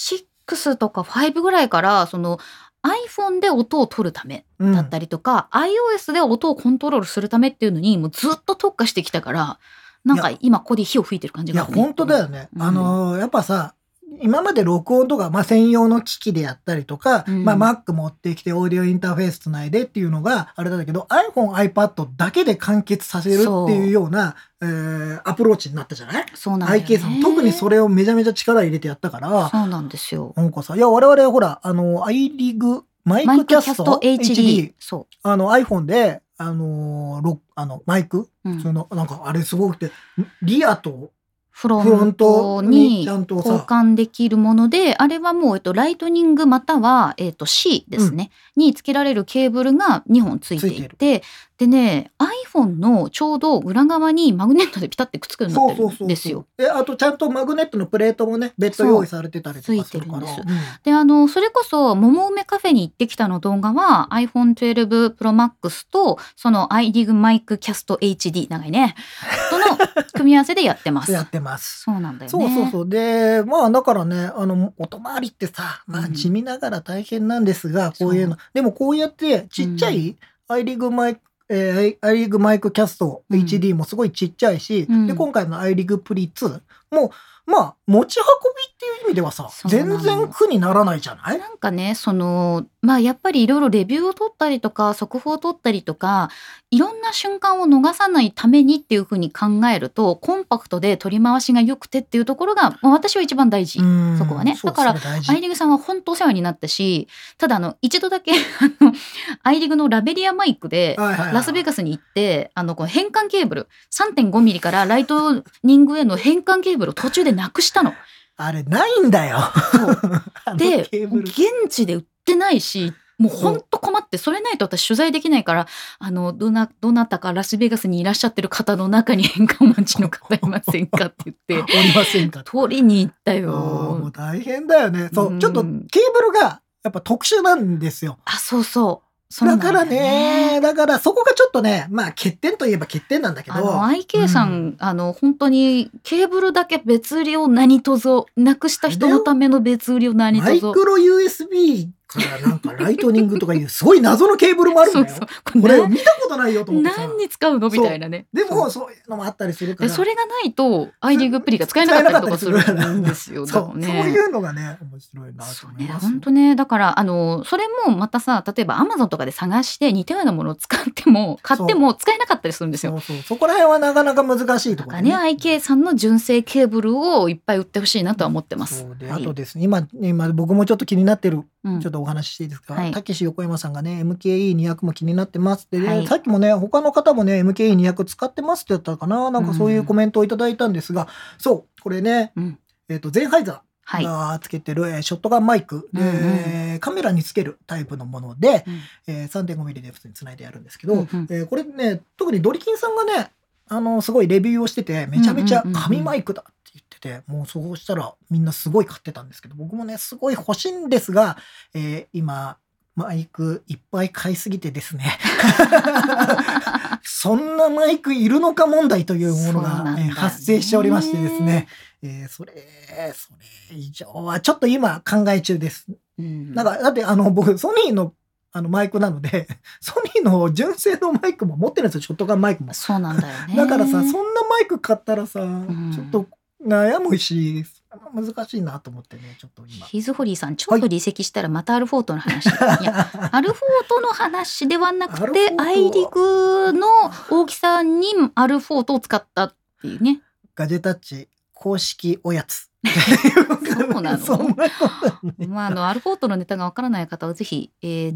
6とか5ぐらいから、その iPhone で音を取るためだったりとか、iOS で音をコントロールするためっていうのに、もうずっと特化してきたから、なんか今ここで火を吹いてる感じがあるね。 いや、本当だよね。やっぱさ、今まで録音とか、まあ、専用の機器でやったりとか、まあ、Mac 持ってきてオーディオインターフェースつないでっていうのがあれだけど、iPhone、iPad だけで完結させるっていうような、アプローチになったじゃない？ そうなんだよね。 IK さん特にそれをめちゃめちゃ力入れてやったから。 そうなんですよ。 なんかさ、いや、我々ほら、iRig マイクキャスト HD。そう。iPhone で、マイク、そのなんかあれすごくて、リアとフロントに交換できるもので、あれはもう、ライトニングまたは、C ですね、につけられるケーブルが2本ついていて、でね、iPhone のちょうど裏側にマグネットでピタってくっつくようになってるんですよ。 で、あとちゃんとマグネットのプレートもね、別途用意されてたりとかするから。 ついてるんです。で、それこそ、桃梅カフェに行ってきたの動画は iPhone 12 Pro Max と、その iRig Mic Cast HD、長いね、との組み合わせでやってます。 やってます。 そうなんだよね。 そう。で、まあだからね、音回りってさ、まあ地味ながら大変なんですが、こういうの。でもこうやってちっちゃいiRigマイク、iRig マイクキャスト HD もすごいちっちゃいし、で、今回の iRig Pre 2も、まあ、持ち運びっていう意味ではさ、全然苦にならないじゃない？ なんかね、まあやっぱりいろいろレビューを取ったりとか、速報を取ったりとか、いろんな瞬間を逃さないためにっていうふうに考えると、コンパクトで取り回しが良くてっていうところが、私は一番大事。そこはね。だから、iRig さんは本当お世話になったし、ただ一度だけ、iRig のラベリアマイクで、ラスベガスに行って、この変換ケーブル、3.5 ミリからライトニングへの変換ケーブルを途中でなくしたの。 あれないんだよ。 で、現地で売ってないし、もうほんと困って、それないと私取材できないから、どなたかラスベガスにいらっしゃってる方の中に変換待ちの方いませんかって言って。 おりませんか。 取りに行ったよ。 もう大変だよね。そう、ちょっとケーブルがやっぱ特殊なんですよ。 そう。 だからね、だからそこがちょっとね、まあ欠点といえば欠点なんだけど。 IK さん、本当にケーブルだけ別売りを何とぞ、なくした人のための別売りを何とぞ。 マイクロ USB からなんかライトニングとかいうすごい謎のケーブルもあるんだよ。そうこれ見たことないよと思ってさ。 何に使うのみたいなね。 でもそういうのもあったりするから。 それがないとアイディングプリが使えなかったりとかするんですよ。 そういうのがね面白いなと思います。 本当ね、だからそれもまたさ、例えば Amazon とかで探して似たようなものを使っても買っても使えなかったりするんですよ。 そこら辺はなかなか難しいところね。 IK さんの純正ケーブルをいっぱい売ってほしいなとは思ってます。 そうで、あとですね、今僕もちょっと気になってる、ちょっとお話ししていいですか。たけし横山さんがね MKE200 も気になってますって、さっきもね他の方もね MKE200 使ってますって言ったかな、なんかそういうコメントをいただいたんですが、そうこれね、ゼンハイザーがつけてる、ショットガンマイクで、カメラにつけるタイプのもので、3.5mm で普通につないでやるんですけど、これね特にドリキンさんがねすごいレビューをしててめちゃめちゃ神マイクだって言ってて、もうそうしたらみんなすごい買ってたんですけど、僕もねすごい欲しいんですが、今マイクいっぱい買いすぎてですねそんなマイクいるのか問題というものが、発生しておりましてですね、それ以上はちょっと今考え中です。なんかだって僕ソニーのマイクなので、ソニーの純正のマイクも持ってるんですよ、ショットガンマイクも。 そうなんだよね。 だからさ、そんなマイク買ったらさ、ちょっと悩むし、難しいなと思ってね、ちょっと今。 ヒズホリーさん、ちょっと離席したらまたアルフォートの話。いや、アルフォートの話ではなくて、アイリグの大きさにアルフォートを使ったっていうね。 ガジェタッチ公式おやつ。 そうなの。アルフォートのネタがわからない方はぜひ、前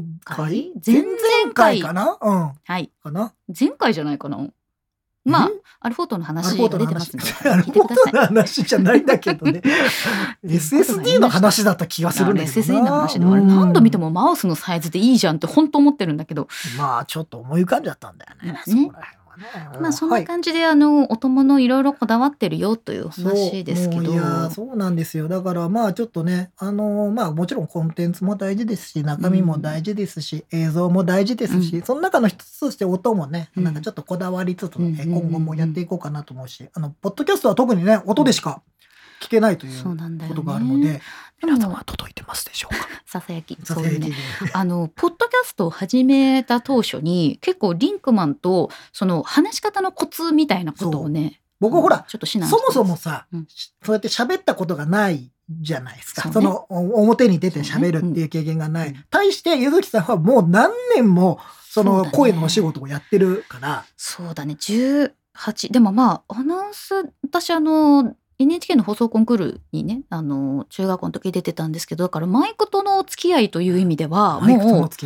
々回かな、 はい。 かな、 前回じゃないかな。まあアルフォートの話が出てますので聞いてください。アルフォートの話じゃないんだけどね。SSD の話だった気がするんだけどな。 SSD の話で何度見てもマウスのサイズでいいじゃんって本当思ってるんだけど。 まあちょっと思い浮かんじゃったんだよね。 まあそんな感じでお供のいろいろこだわってるよという話ですけど。 いやそうなんですよ。だからまあちょっとねまあもちろんコンテンツも大事ですし、中身も大事ですし、映像も大事ですし、その中の一つとして音もね、なんかちょっとこだわりつつ、今後もやっていこうかなと思うし、ポッドキャストは特にね音でしか聞けないということがあるので、皆様は届いてますでしょうか。 ささやき。そういうね。ポッドキャストを始めた当初に結構リンクマンとその話し方のコツみたいなことをね、 僕ほらちょっとそもそもさ、そうやって喋ったことがないじゃないですか。その表に出て喋るっていう経験がない。対してゆずきさんはもう何年もその声のお仕事をやってるから。 そうだね。18。でもまあアナウンス、私NHK の放送コンクールにね中学校の時出てたんですけど、だからマイクとのお付き合いという意味ではもう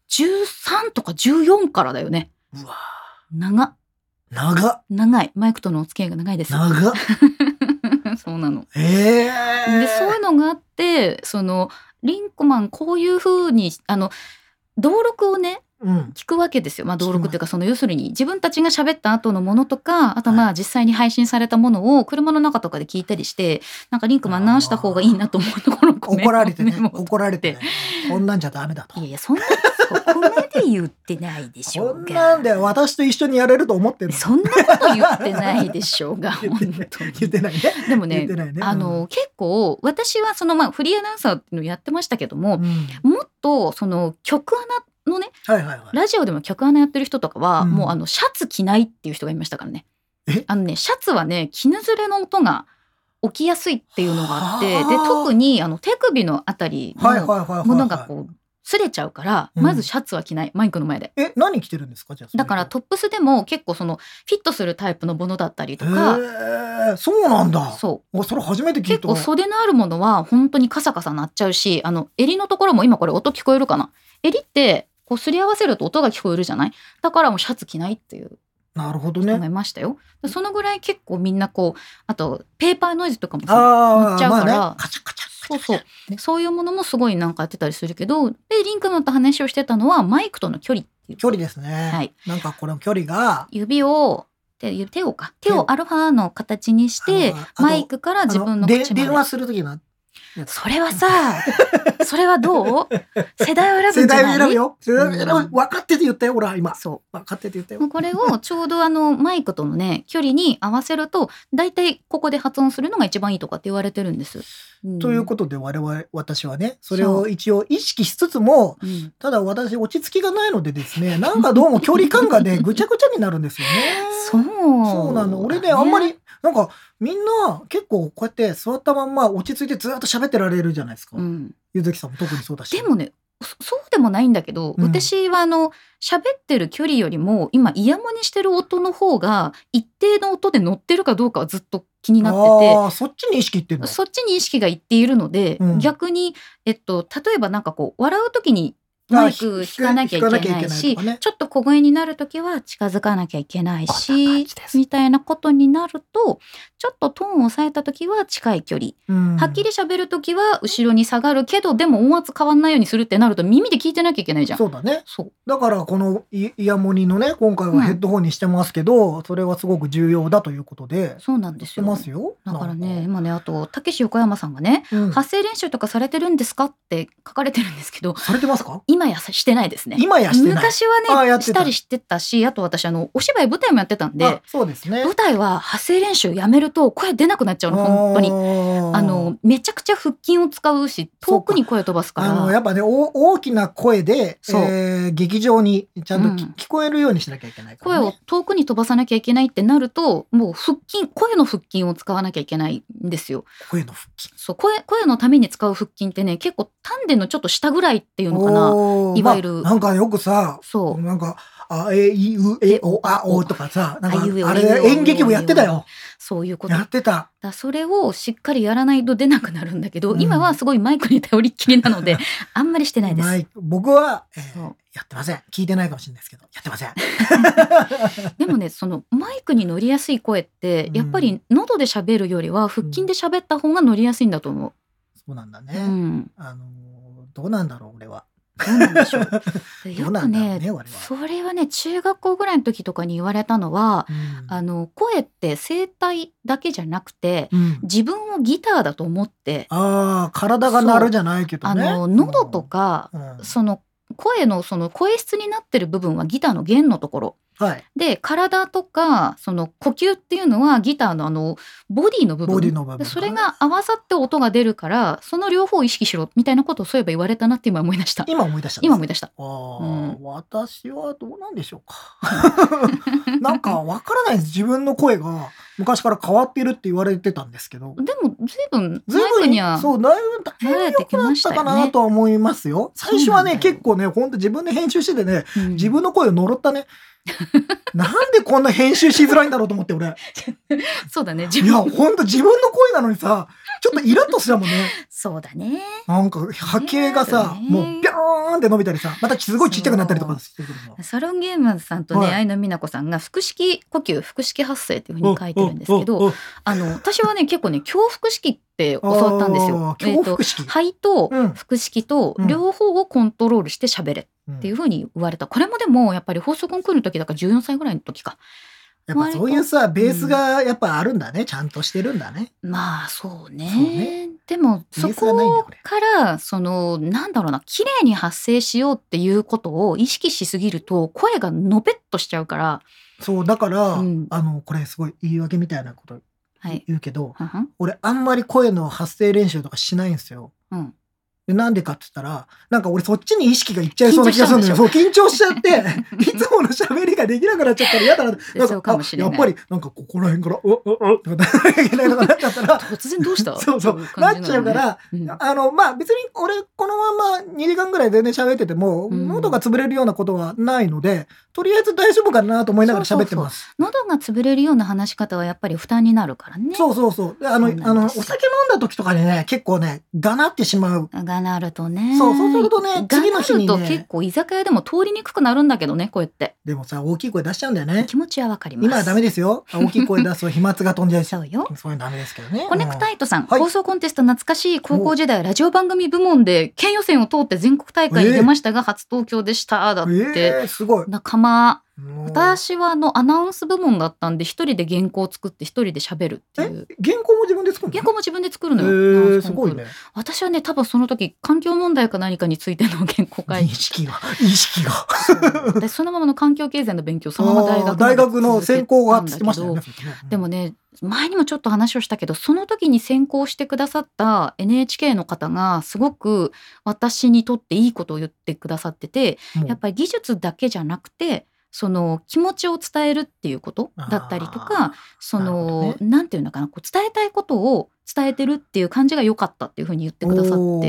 13とか14からだよね。 うわ長い。マイクとのお付き合いが長いです。そうなの。でそういうのがあって、リンクマンこういう風に登録をね聞くわけですよ。まあ、登録っていうか要するに自分たちが喋った後のものとか、あとまあ実際に配信されたものを車の中とかで聞いたりして、なんかリンクマン直した方がいいなと思うところ怒られてこんなんじゃダメだと。 いやそんなそこまで言ってないでしょうが。 こんなんで私と一緒にやれると思ってるの。 そんなこと言ってないでしょうが。本当に言ってないね。 でもね、結構私はフリーアナウンサーっていうのをやってましたけども、もっと曲アナのね、ラジオでも曲アナやってる人とかは、もうシャツ着ないっていう人がいましたからね。シャツはね絹ずれの音が起きやすいっていうのがあって、で特に手首のあたりのものがこう擦れちゃうから、まずシャツは着ない、マイクの前で。 何着てるんですか？じゃあだからトップスでも結構フィットするタイプのものだったりとか。 そうなんだ。 それ初めて聞いた。 結構袖のあるものは本当にカサカサなっちゃうし、襟のところも今これ音聞こえるかな。襟ってこうすり合わせると音が聞こえるじゃない。だからもうシャツ着ないっていう。 なるほどね。 思いましたよ。そのぐらい結構みんなあとペーパーノイズとかも乗っちゃうから、 カチャカチャそういうものもすごいなんかやってたりするけど、でリンクマンと話をしてたのはマイクとの距離っていう。 距離ですね。なんかこの距離が手をアルファの形にしてマイクから自分の口まで電話するときのそれはさ、それはどう？世代を選ぶんじゃない？ 世代を選ぶよ。世代を選ぶ。分かってて言ったよ、俺は今。 そう。 分かってて言ったよ。 これをちょうどマイクとのね、距離に合わせると、だいたいここで発音するのが一番いいとかって言われてるんです。 ということで私はね、それを一応意識しつつも、ただ私落ち着きがないのでですね、なんかどうも距離感がね、ぐちゃぐちゃになるんですよね。そうなの。俺ね、あんまり、なんかみんな結構こうやって座ったまんま落ち着いてずっと喋ってられるじゃないですか。ゆずきさんも特にそうだし。 でもね、そうでもないんだけど、私は喋ってる距離よりも今イヤモニしてる音の方が一定の音で乗ってるかどうかはずっと気になってて、そっちに意識いってんの？ そっちに意識がいっているので、逆に例えばなんかこう笑う時にマイク引かなきゃいけないし、ちょっと小声になるときは近づかなきゃいけないし、みたいなことになると、ちょっとトーンを抑えたときは近い距離、はっきり喋るときは後ろに下がるけど、でも音圧変わんないようにするってなると耳で聞いてなきゃいけないじゃん。 そうだね。だからこのイヤモニのね、今回はヘッドホンにしてますけど、それはすごく重要だということで。 そうなんですよ。 ますよ。 だからね、今ね、あとたけし横山さんがね、発声練習とかされてるんですかって書かれてるんですけど、 されてますか？ 今やしてないですね。 今やしてない。 昔はねしたりしてたし、あと私お芝居舞台もやってたんで、 そうですね。 舞台は発声練習やめると声出なくなっちゃうの、本当に。めちゃくちゃ腹筋を使うし、遠くに声飛ばすから。 やっぱね、大きな声で、劇場にちゃんと聞こえるようにしなきゃいけないからね。 声を遠くに飛ばさなきゃいけないってなると、もう声の腹筋を使わなきゃいけないんですよ。 声の腹筋。 そう、声のために使う腹筋ってね、結構丹田のちょっと下ぐらいっていうのかな。いわゆる。 なんかよくさ、なんか、あえいうえおあおとかさ、なんかあれ演劇部やってたよ。 そういうこと。 やってた。 それをしっかりやらないと出なくなるんだけど、今はすごいマイクに頼りっきりなので、あんまりしてないです。 僕は、やってません。聞いてないかもしれないですけど、やってません。 でもね、そのマイクに乗りやすい声って、やっぱり喉で喋るよりは腹筋で喋った方が乗りやすいんだと思う。 そうなんだね。どうなんだろう、俺は。 どうなんでしょう。よくね、それはね、中学校ぐらいの時とかに言われたのは、声って声帯だけじゃなくて、自分をギターだと思って、 体が鳴るじゃないけどね。 喉とか、その声のその声質になってる部分はギターの弦のところ。で、体とかその呼吸っていうのはギターのボディの部分で、それが合わさって音が出るから、その両方を意識しろみたいなことをそういえば言われたなって今思い出した。 今思い出した。私はどうなんでしょうか。なんかわからないです。自分の声が昔から変わってるって言われてたんですけど。 でも随分マイクにはだいぶ慣れてきましたかなとは思いますよ。最初はね、結構ね、本当自分で編集しててね、自分の声を呪ったね。なんでこんな編集しづらいんだろうと思って、俺。 そうだね。 いや、ほんと自分の声なのにさ、ちょっとイラッとしたもんね。 そうだね。 なんか波形がさ、もうビョーンって伸びたりさ、またすごいちっちゃくなったりとかしてくるの。 サロンゲームズさんとね、愛野美奈子さんが腹式呼吸、腹式発声っていうふうに書いてるんですけど、私はね、結構ね、胸腹式って教わったんですよ。肺と腹式と両方をコントロールして喋れっていうふうに言われた。これもでもやっぱり放送コンクールの時だから14歳ぐらいの時か。 やっぱそういうさ、ベースがやっぱあるんだね。ちゃんとしてるんだね。 まあそうね。でもそこからなんだろうな、綺麗に発声しようっていうことを意識しすぎると声がのべっとしちゃうから。 そうだから、これすごい言い訳みたいなこと言うけど、俺あんまり声の発声練習とかしないんですよ。なんでかって言ったら、なんか俺そっちに意識がいっちゃいそうな気がするんだよ。そう、緊張しちゃって、いつもの喋りができなくなっちゃったら嫌だな。なんか、やっぱり、なんかここら辺から、とかなきゃいけないとかなっちゃったら、 突然どうした？ そう、なっちゃうから、まあ別に俺このまま2時間ぐらい全然喋ってても、喉が潰れるようなことはないので、とりあえず大丈夫かなと思いながら喋ってます。 喉が潰れるような話し方はやっぱり負担になるからね。 そう。お酒飲んだ時とかにね、結構ね、がなってしまう。 がなるとね。 そうするとね、次の日にね。 がなると結構居酒屋でも通りにくくなるんだけどね、声って。 でもさ、大きい声出しちゃうんだよね。 気持ちはわかります。 今はダメですよ。大きい声出すと飛沫が飛んじゃうし。 そうよ。 そういうのダメですけどね。 コネクタイトさん、放送コンテスト懐かしい高校時代ラジオ番組部門で県予選を通って全国大会に出ましたが、初東京でした。だって。 すごい。 仲間。 私はアナウンス部門だったんで、一人で原稿を作って一人で喋るっていう。 原稿も自分で作るの？ 原稿も自分で作るのよ。 すごいね。 私はね、多分その時環境問題か何かについての原稿会議。意識が。 でそのままの環境経済の勉強そのまま大学の専攻がつきましたよね。 でもね、前にもちょっと話をしたけど、その時に専攻してくださった NHK の方がすごく私にとっていいことを言ってくださってて、やっぱり技術だけじゃなくて、その気持ちを伝えるっていうことだったりとか、なんていうのかな、伝えたいことを伝えてるっていう感じが良かったっていうふうに言ってくださって、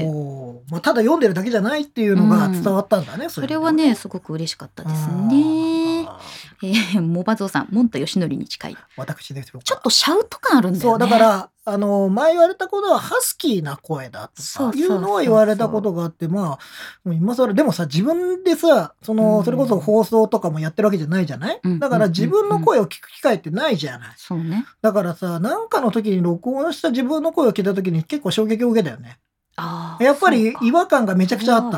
ただ読んでるだけじゃないっていうのが伝わったんだね。 それはねすごく嬉しかったですね。モバゾウさん、モンタヨシノリに近い。 私ですよ。 ちょっとシャウト感あるんだよね。 そうだから前言われたことはハスキーな声だとかいうのは言われたことがあって、まあ今更でもさ、自分でさそれこそ放送とかもやってるわけじゃないじゃない、だから自分の声を聞く機会ってないじゃない。 そうね。 だからさ、なんかの時に録音した自分の声を聞いた時に結構衝撃を受けたよね。やっぱり違和感がめちゃくちゃあった。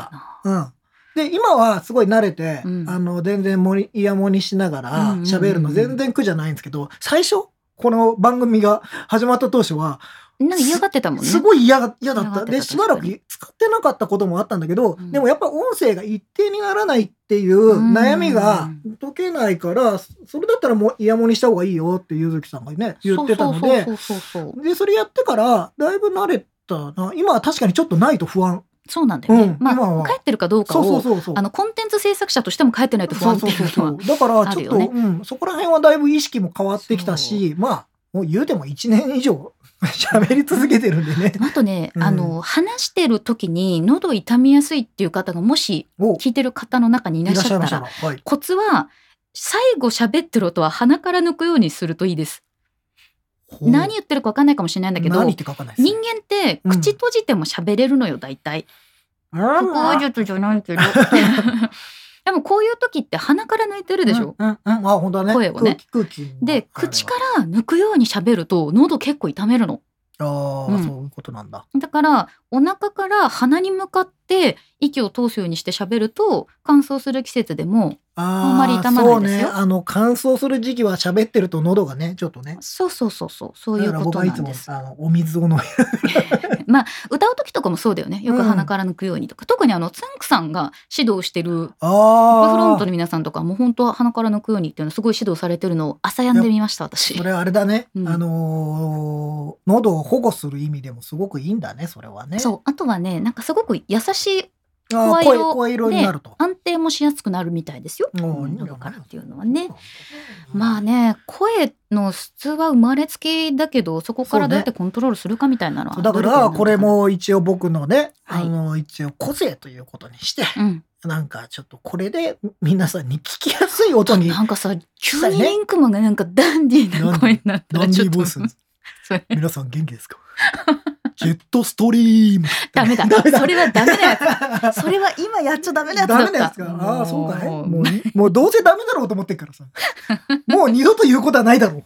で今はすごい慣れて、全然イヤモニしながら喋るの全然苦じゃないんですけど、最初この番組が始まった当初はなんか嫌がってたもんね。 すごい嫌だった。でしばらく使ってなかったこともあったんだけど、でもやっぱ音声が一定にならないっていう悩みが解けないから、それだったらもうイヤモニした方がいいよってゆずきさんがね言ってたので、でそれやってからだいぶ慣れたな。今は確かにちょっとないと不安。 そうなんだよね。帰ってるかどうかをコンテンツ制作者としても帰ってないと不安っていうのはだからちょっと、そこら辺はだいぶ意識も変わってきたし、まあもう言うても1年以上喋り続けてるんでね。 あとね、話してる時に喉痛みやすいっていう方がもし聞いてる方の中にいらっしゃったら、コツは最後喋ってる音は鼻から抜くようにするといいです。何言ってるか分かんないかもしれないんだけど、人間って口閉じても喋れるのよ大体。腹術じゃないけどでもこういう時って鼻から抜いてるでしょ。 本当はね、 声をね。で口から抜くように喋ると喉結構痛めるの。 そういうことなんだ。 だからお腹から鼻に向かって息を通すようにして喋ると、乾燥する季節でもあんまり痛まないですよ。 そうね、乾燥する時期は喋ってると喉がねちょっとね。 そういうことなんです。 お水を飲むまあ歌う時とかもそうだよね。よく鼻から抜くようにとか、特につんくさんが指導してるフロントの皆さんとかも本当は鼻から抜くようにっていうのすごい指導されてるのを朝やんでみました私。 それあれだね、喉を保護する意味でもすごくいいんだね、それはね。 そう、あとはね、なんかすごく優しい声色で安定もしやすくなるみたいですよ。喉からっていうのはね。まあね、声の質は生まれつきだけど、そこからどうやってコントロールするかみたいなのは、 だからこれも一応僕のね、一応個性ということにして、なんかちょっとこれで皆さんに聞きやすい音に、 なんかさ、急にリンクマンがなんかダンディーな声になったらちょっと皆さん元気ですかジェットストリーム。 ダメだ。それはダメなやつ。それは今やっちゃダメなやつだった。 ダメなやつか。そうかね。もうどうせダメだろうと思ってるからさ。もう二度と言うことはないだろう。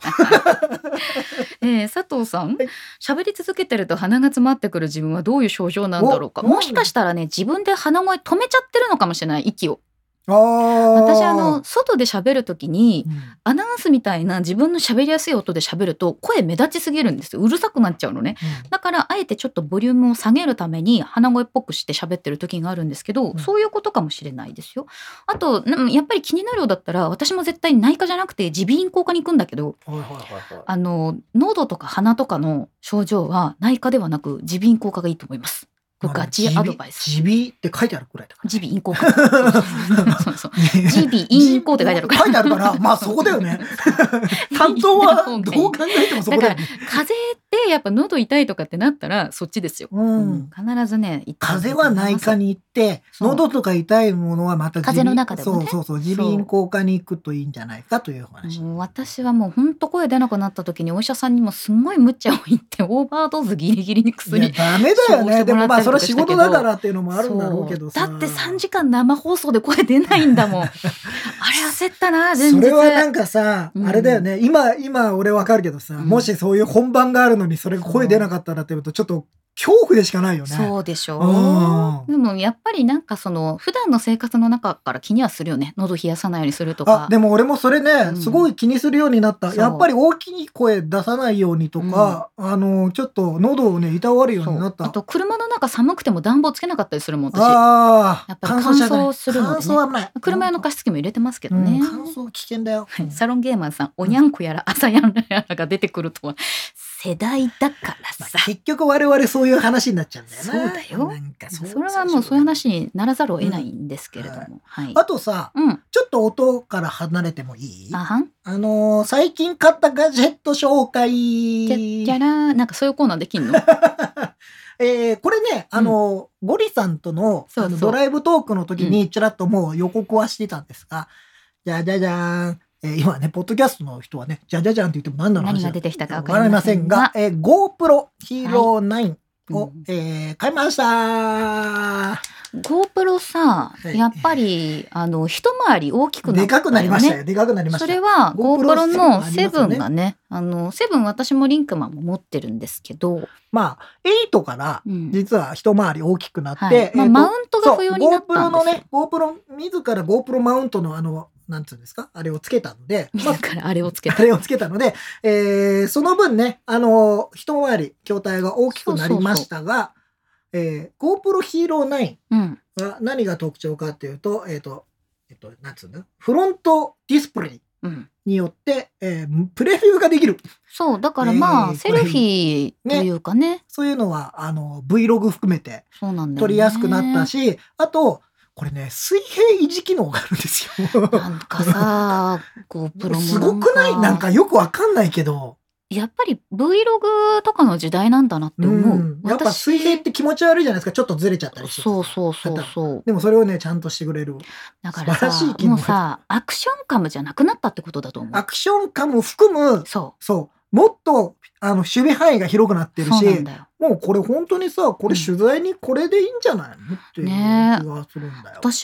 佐藤さん、喋り続けてると鼻が詰まってくる自分はどういう症状なんだろうか。もしかしたらね、自分で鼻声止めちゃってるのかもしれない、息を。私外で喋る時に、アナウンスみたいな自分の喋りやすい音で喋ると声目立ちすぎるんですよ。うるさくなっちゃうのね、だからあえてちょっとボリュームを下げるために鼻声っぽくして喋ってる時があるんですけど、そういうことかもしれないですよ。あとやっぱり気になるようだったら、私も絶対内科じゃなくて耳鼻咽喉科に行くんだけど、喉とか鼻とかの症状は内科ではなく耳鼻咽喉科がいいと思います。ガチアドバイス。 耳鼻って書いてあるくらいだから。 耳鼻咽喉科。そう。耳鼻咽喉って書いてあるから。 書いてあるから、まあそこだよね。担当はどう考えてもそこだよね。 だから風邪ってやっぱ喉痛いとかってなったらそっちですよ。必ずね。 風邪は内科に行って、喉とか痛いものはまた風邪の中でもね。 そう耳鼻咽喉科に行くといいんじゃないかという話。 私はもう本当声出なくなった時にお医者さんにもすごい無茶を言ってオーバードーズギリギリに薬。 いやダメだよね。でもまあそれ仕事だからっていうのもあるんだろうけどさ。 だって3時間生放送で声出ないんだもん。あれ焦ったな、全然。 それはなんかさ、あれだよね。今俺わかるけどさ、もしそういう本番があるのにそれが声出なかったらっていうとちょっと恐怖でしかないよね。 そうでしょう。でもやっぱりなんかその普段の生活の中から気にはするよね。喉冷やさないようにするとか。 でも俺もそれね、すごい気にするようになった。やっぱり大きい声出さないようにとか、ちょっと喉をねいたわるようになった。 あと車の中寒くても暖房つけなかったりするもん私。 やっぱり乾燥するので、ね、 乾燥危ない。 車用の加湿器も入れてますけどね。 乾燥危険だよ。 サロンゲーマーさん、おにゃんこやら朝やんやらが出てくるとは。世代だからさ、 結局我々そういう話になっちゃうんだよね。 そうだよ。なんかそれはもうそういう話にならざるを得ないんですけれども、 あとさ、ちょっと音から離れてもいい？最近買ったガジェット紹介。 じゃらなんかそういうコーナーできんの？これね、ゴリさんとのドライブトークの時にちらっともう予告はしてたんですが、じゃじゃじゃーん。今ね、ポッドキャストの人はね、じゃじゃじゃんって言っても何なのか何が出てきたかわかりませんが、GoPro Hero 9を、買いました。 GoPro さ、やっぱり一回り大きくなったよね。 でかくなりましたよ。でかくなりました。 それは GoPro の7がね、7私もリンクマンも持ってるんですけど、 まあ8から実は一回り大ききくなって、 マウントが不要になったんですよ。 GoPro 自ら GoPro マウントのなんつうんですか、あれをつけたので、 あれをつけたので、その分ね、一回り筐体が大きくなりましたが、GoPro Hero 9は何が特徴かっていうと、なんつうの？フロントディスプレイによって、プレビューができる。 そう、だからまあ、セルフィーというかね。 そういうのは、Vlog 含めて撮りやすくなったし、あと、これね、水平維持機能があるんですよ。 なんかさ、GoPro もすごくない？なんかよくわかんないけど。 やっぱり Vlog とかの時代なんだなって思う。 やっぱ水平って気持ち悪いじゃないですか。ちょっとずれちゃったりして。 そう。 でもそれをね、ちゃんとしてくれる。 だからさ、もうさ、アクションカムじゃなくなったってことだと思う。 アクションカム含む、もっと、守備範囲が広くなってるし、もうこれ本当にさ、これ取材にこれでいいんじゃないのっていう気がするんだよ。 私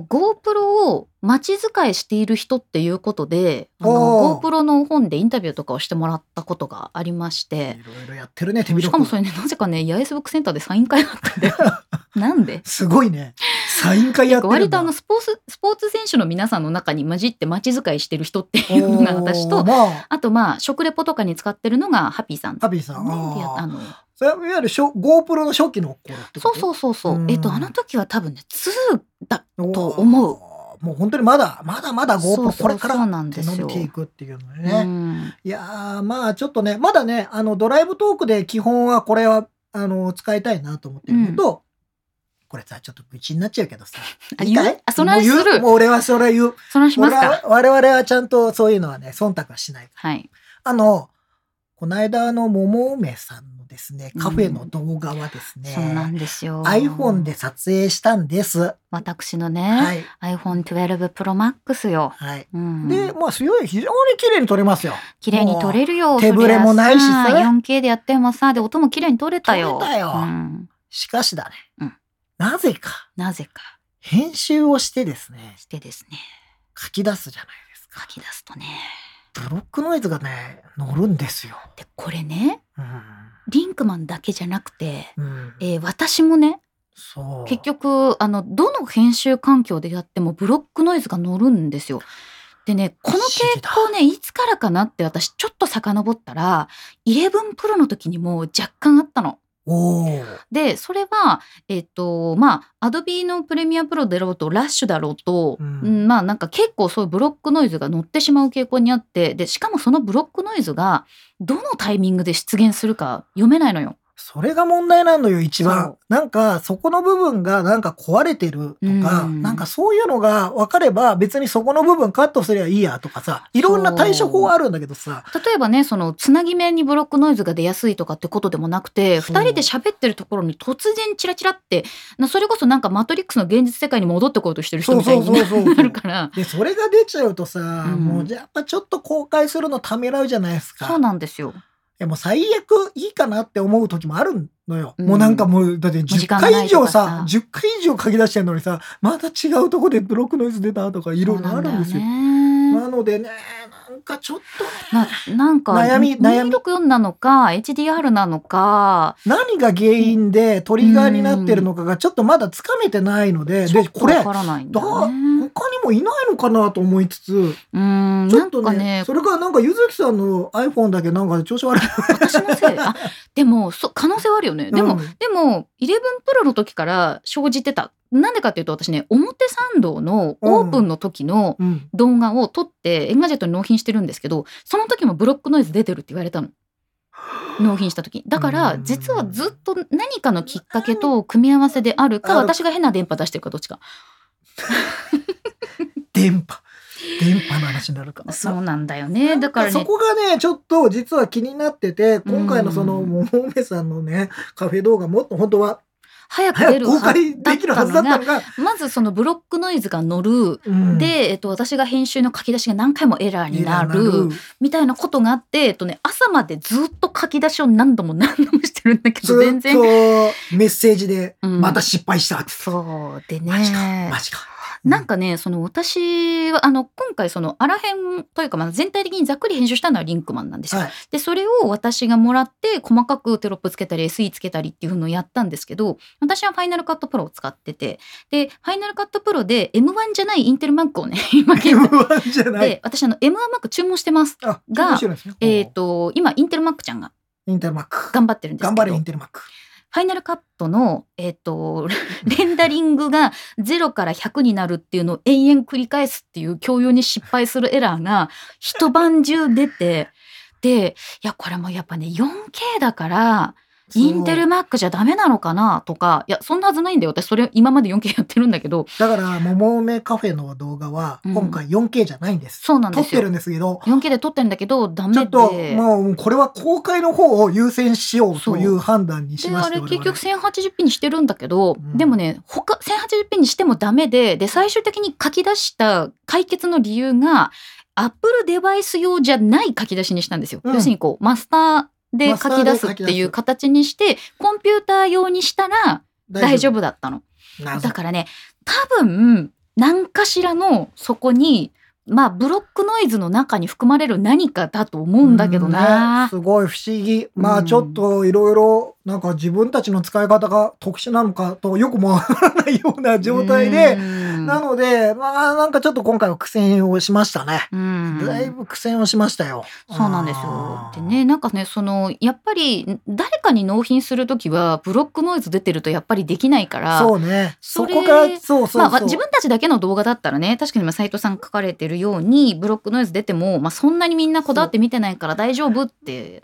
GoPro を街使いしている人っていうことで、GoPro の本でインタビューとかをしてもらったことがありまして。 いろいろやってるね、手広く。 しかもそれね、なぜかね、八重洲ブックセンターでサイン会だったんで。なんですごいね。サイン会やってるんだ。 割とスポーツ選手の皆さんの中に混じって街使いしてる人っていうのが私と、あとまあ食レポとかに使ってるのがハッピーさん。 ハッピーさん。それはいわゆるGoPro の初期の頃ってこと？ そう。あの時は多分ね、2だと思う。 もう本当にまだ GoPro これから伸びていくっていうのね。いやー、まあちょっとね、まだね、ドライブトークで基本はこれは、使いたいなと思ってるのと、これさ、ちょっと愚痴になっちゃうけどさ。 その話する。 もう俺はそれ言う。 その話しますか。 我々はちゃんとそういうのはね、忖度はしない。 はい。 この間桃梅さんのですね、カフェの動画はですね、 そうなんですよ。 iPhone で撮影したんです。 私のね、iPhone 12 Pro Max よ。 で、まあ非常に綺麗に撮れますよ。 綺麗に撮れるよ。 手ぶれもないしさ。 4K でやってもさ、で音も綺麗に撮れたよ。 しかしだね。なぜか。編集をしてですね。書き出すじゃないですか。 書き出すとね。 ブロックノイズがね、乗るんですよ。 で、これね、リンクマンだけじゃなくて、私もね、結局、どの編集環境でやってもブロックノイズが乗るんですよ。でね、この傾向ね、いつからかなって私ちょっと遡ったら、11 Pro の時にも若干あったの。で、それは、まあ、Adobe のプレミアプロだろうと、ラッシュだろうと、まあなんか結構そういうブロックノイズが乗ってしまう傾向にあって、で、しかもそのブロックノイズがどのタイミングで出現するか読めないのよ。 それが問題なのよ、一番。なんか、そこの部分がなんか壊れてるとか、なんかそういうのが分かれば別にそこの部分カットすればいいやとかさ、いろんな対処法あるんだけどさ。 例えばね、そのつなぎ目にブロックノイズが出やすいとかってことでもなくて、2人で喋ってるところに突然チラチラって、それこそなんかマトリックスの現実世界に戻ってこようとしてる人みたいになるから。 で、それが出ちゃうとさ、もうやっぱちょっと公開するのためらうじゃないですか。 そうなんですよ。 もう最悪いいかなって思う時もあるのよ。もうなんかもう、だって10回以上さ、10回以上書き出してんのにさ、また違うとこでブロックノイズ出たとかいろいろあるんですよ。なのでね、なんかちょっとね。なんか悩み。 264なのか、HDR なのか。 何が原因でトリガーになってるのかがちょっとまだつかめてないので、で、これ、他にもいないのかなと思いつつ、ちょっとね、それからなんかゆずきさんの iPhone だけなんか調子悪い。 私のせい。でも、可能性はあるよね。でも、11 Pro の時から生じてた。なんでかっていうと、私ね、表参道のオープンの時の動画を撮ってエンガジェットに納品してるんですけど、その時もブロックノイズ出てるって言われたの。納品した時。だから、実はずっと何かのきっかけと組み合わせであるか、私が変な電波出してるかどっちか。 電波の話になるかな。 そうなんだよね。だからね。 そこがね、ちょっと実は気になってて、今回のその、ももめさんのね、カフェ動画もっと本当は、 早く出る公開できるはずだったのが、 まずそのブロックノイズが乗る、で、私が編集の書き出しが何回もエラーになるみたいなことがあって、朝までずっと書き出しを何度もしてるんだけど、全然メッセージでまた失敗したって、 そうでね、 マジかなんかね、私は今回アラ編というか、全体的にざっくり編集したのはリンクマンなんですよ。でそれを私がもらって細かくテロップつけたり SE つけたりっていうのをやったんですけど、私はファイナルカットプロを使ってて、でファイナルカットプロで M1 じゃないインテル Mac をね今 M1 じゃないで私M1 Mac 注文してますが、今インテル Mac ちゃんが頑張ってるんですけど、 頑張れインテル Mac。 ファイナルカットの、レンダリングが0から100になるっていうのを延々繰り返すっていう共有に失敗するエラーが一晩中出て、で、いや、これもやっぱね、4K だから、インテル Mac じゃダメなのかなとか、いや、そんなはずないんだよ。私、それ今まで 4K やってるんだけど。 だから、ももめカフェの動画は、今回 4K じゃないんです。 そうなんですよ。 撮ってるんですけど。 4K で撮ってるんだけど、ダメで。 ちょっと、もう、これは公開の方を優先しようという判断にしました。 で、あれ結局 1080p にしてるんだけど、でもね、1080p にしてもダメで、最終的に書き出した解決の理由が、Apple デバイス用じゃない書き出しにしたんですよ。要するにマスター、で書き出すっていう形にしてコンピューター用にしたら大丈夫だったの。だからね、多分何かしらのそこにブロックノイズの中に含まれる何かだと思うんだけどな。 すごい不思議。ちょっといろいろなんか自分たちの使い方が特殊なのかとよくもわからないような状態で、なのでなんかちょっと今回は苦戦をしましたね。だいぶ苦戦をしましたよ。 そうなんですよ。でね、なんかね、やっぱり誰かに納品するときはブロックノイズ出てるとやっぱりできないから。 そうね。そこがそう自分たちだけの動画だったらね、確かに斉藤さん書かれてるようにブロックノイズ出ても、そんなにみんなこだわって見てないから大丈夫って。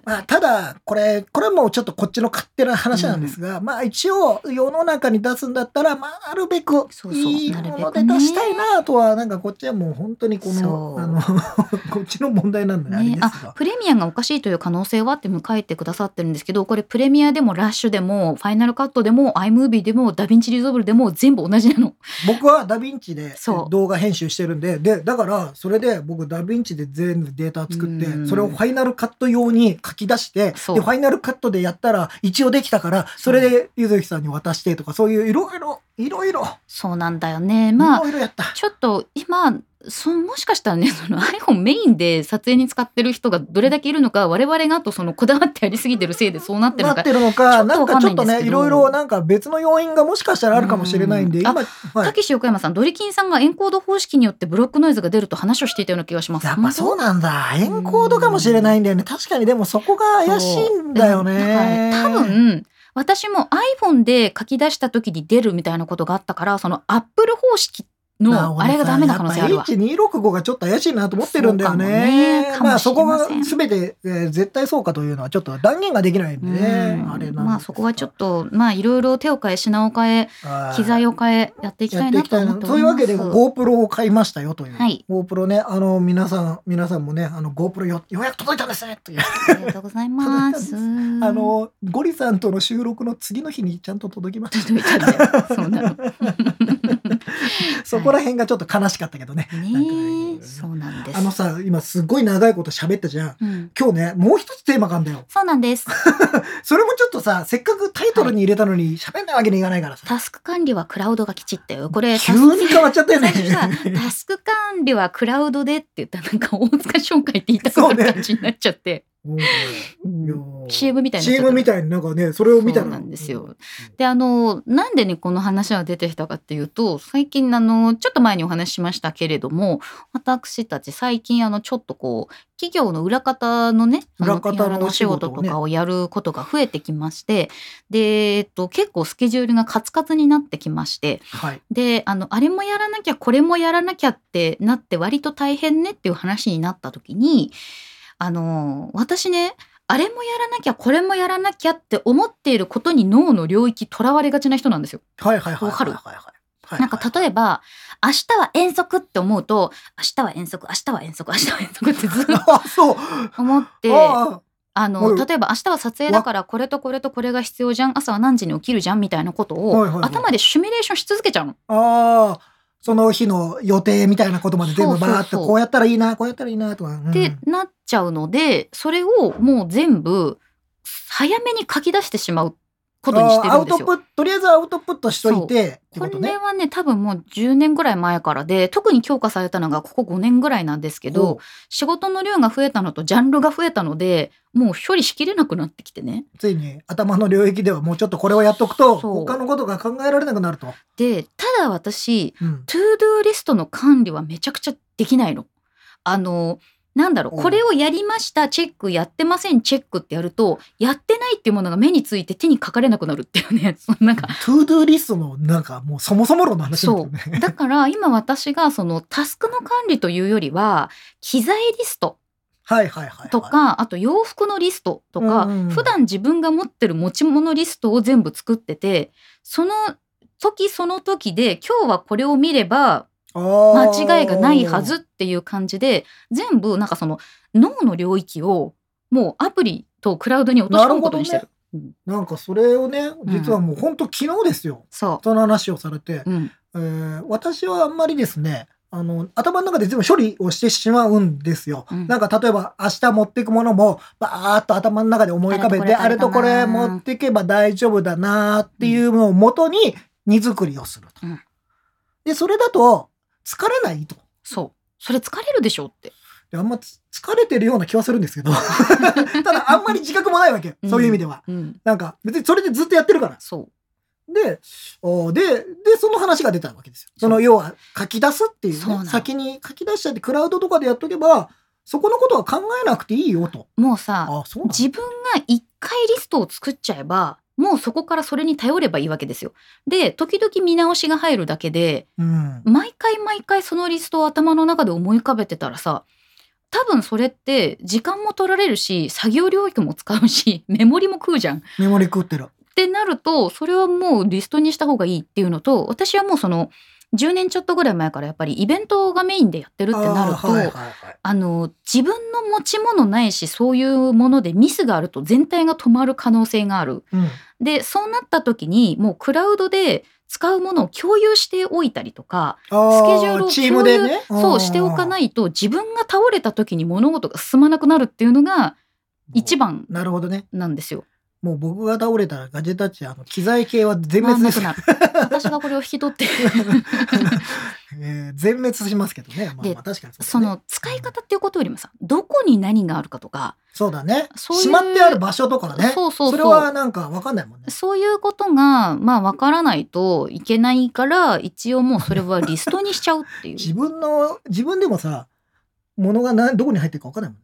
ただこれもちょっとこっちの勝手な話なんですが、一応世の中に出すんだったらなるべくいいもので出したいなとは、なんかこっちはもう本当にこっちの問題なんであれですが、 プレミアがおかしいという可能性はって書いてくださってるんですけど、これプレミアでもラッシュでもファイナルカットでも iMovie でもダヴィンチリゾルブでも全部同じなの。 僕はダヴィンチで動画編集してるんで、だからそれで僕ダヴィンチで全部データ作って、それをファイナルカット用に書き出して、でファイナルカットでやったら一応できたから、それでゆずきさんに渡してとか、そういういろいろそうなんだよね。ちょっと今もしかしたらね、iPhone メインで撮影に使ってる人がどれだけいるのか、我々があとこだわってやりすぎてるせいでそうなってるのか、 なんかちょっとね、いろいろなんか別の要因がもしかしたらあるかもしれないんで、 たけし横山さん、ドリキンさんがエンコード方式によってブロックノイズが出ると話をしていたような気がします。 やっぱそうなんだ。エンコードかもしれないんだよね。確かに、でもそこが怪しいんだよね。 多分私も iPhone で書き出した時に出るみたいなことがあったから、Apple 方式のあれがダメな可能性あるわ。 H265 がちょっと怪しいなと思ってるんだよね。そこが全て、絶対そうかというのはちょっと断言ができないんでね。 そこはちょっといろいろ手を変え品を変え機材を変えやっていきたいなと思っております。 そういうわけで GoPro を買いましたよという。GoPro ね、皆さんもね、GoPro ようやく届いたんですねという。 ありがとうございます。 ゴリさんとの収録の次の日にちゃんと届きました。 届いたんだよ。そうなの。 そこら辺がちょっと悲しかったけどね。 ね、そうなんです。 さ、今すごい長いこと喋ったじゃん。今日ね、もう一つテーマがあるんだよ。 そうなんです。 それもちょっとさ、せっかくタイトルに入れたのに喋んないわけにいかないからさ。 タスク管理はクラウドがきちったよ。これ急に変わっちゃったよね。 タスク管理はクラウドでって言ったらなんか大塚商会って言いたくなる感じになっちゃって。CM みたいな CM みたいになんかね、それを見たら。 そうなんですよ。で、なんでねこの話が出てきたかっていうと、最近ちょっと前にお話ししましたけれども、私たち最近ちょっとこう企業の裏方のね、 裏方のお仕事とかをやることが増えてきまして、で、結構スケジュールがカツカツになってきまして、 はい、 で、あれもやらなきゃこれもやらなきゃってなって割と大変ねっていう話になった時に、私ね、あれもやらなきゃこれもやらなきゃって思っていることに脳の領域とらわれがちな人なんですよ。 はいはいはい。 わかる？なんか例えば明日は遠足って思うと、明日は遠足明日は遠足明日は遠足ってずっと思って例えば明日は撮影だからこれとこれとこれが必要じゃん、朝は何時に起きるじゃんみたいなことを頭でシミュレーションし続けちゃうの。 ああ、その日の予定みたいなことまで全部バーってこうやったらいいなこうやったらいいなとか、 ってなっちゃうので、それをもう全部早めに書き出してしまうことにしてるんですよ。 とりあえずアウトプットしといて、 これはね多分もう10年ぐらい前からで、特に強化されたのがここ5年ぐらいなんですけど、仕事の量が増えたのとジャンルが増えたので、もう処理しきれなくなってきてね。 ついに頭の領域ではもうちょっとこれをやっとくと他のことが考えられなくなると。 で、ただ私、トゥードゥーリストの管理はめちゃくちゃできないの。なんだろう、これをやりましたチェック、やってませんチェックってやると、やってないっていうものが目について手に書かれなくなるっていうね。なんかトゥードゥーリストのなんかもうそもそも論の話なんですよね。 だから今私がそのタスクの管理というよりは機材リストとか、あと洋服のリストとか、普段自分が持ってる持ち物リストを全部作ってて、その時その時で今日はこれを見れば間違いがないはずっていう感じで、全部なんかその脳の領域をもうアプリとクラウドに落とし込むことにしてる。 なんかそれをね、実はもう本当昨日ですよ、その話をされて、私はあんまりですね、頭の中で全部処理をしてしまうんですよ。なんか例えば明日持っていくものもバーッと頭の中で思い浮かべて、あれとこれ持っていけば大丈夫だなっていうのを元に荷造りをすると。でそれだと疲れないと。 それ疲れるでしょって。 あんま疲れてるような気はするんですけどただあんまり自覚もないわけ、そういう意味では、なんか別にそれでずっとやってるから。でその話が出たわけですよ。その要は書き出すっていう、ね、先に書き出しちゃってクラウドとかでやっとけばそこのことは考えなくていいよと。 もうさ、自分が一回リストを作っちゃえばもうそこからそれに頼ればいいわけですよ。で時々見直しが入るだけで、毎回そのリストを頭の中で思い浮かべてたらさ、多分それって時間も取られるし作業領域も使うしメモリも食うじゃん。 メモリ食ってるってなると、それはもうリストにした方がいいっていうのと、私はもうその10年ちょっとぐらい前からやっぱりイベントがメインでやってるってなると、自分の持ち物ないしそういうものでミスがあると全体が止まる可能性がある。でそうなった時にもうクラウドで使うものを共有しておいたりとか、スケジュールを共有しておかないと、自分が倒れた時に物事が進まなくなるっていうのが一番なんですよ。 もう僕が倒れたらガジェタッチ機材系は全滅です。 私がこれを引き取って全滅しますけどね。 で確かにその使い方っていうことよりもさ、どこに何があるかとか、 そうだね、しまってある場所とかね、それはなんか分かんないもんね。 そういうことが分からないといけないから、一応もうそれはリストにしちゃうっていう自分でもさ、物がどこに入ってるか分かんないもんね。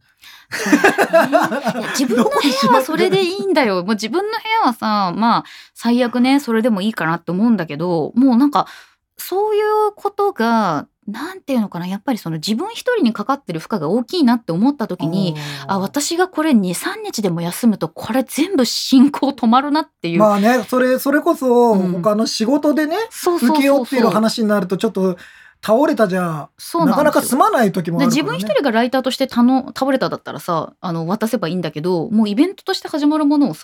自分の部屋はそれでいいんだよ。もう自分の部屋はさ、最悪ねそれでもいいかなって思うんだけど、もうなんかそういうことがなんていうのかな、やっぱりその自分一人にかかってる負荷が大きいなって思った時に、私がこれ 2,3 日でも休むとこれ全部進行止まるなっていう。 それこそ他の仕事でね、請け負っている話になるとちょっと倒れたじゃなかなか済まない時もあるからね。 自分一人がライターとして倒れただったらさ、渡せばいいんだけど、もうイベントとして始まるものをさ、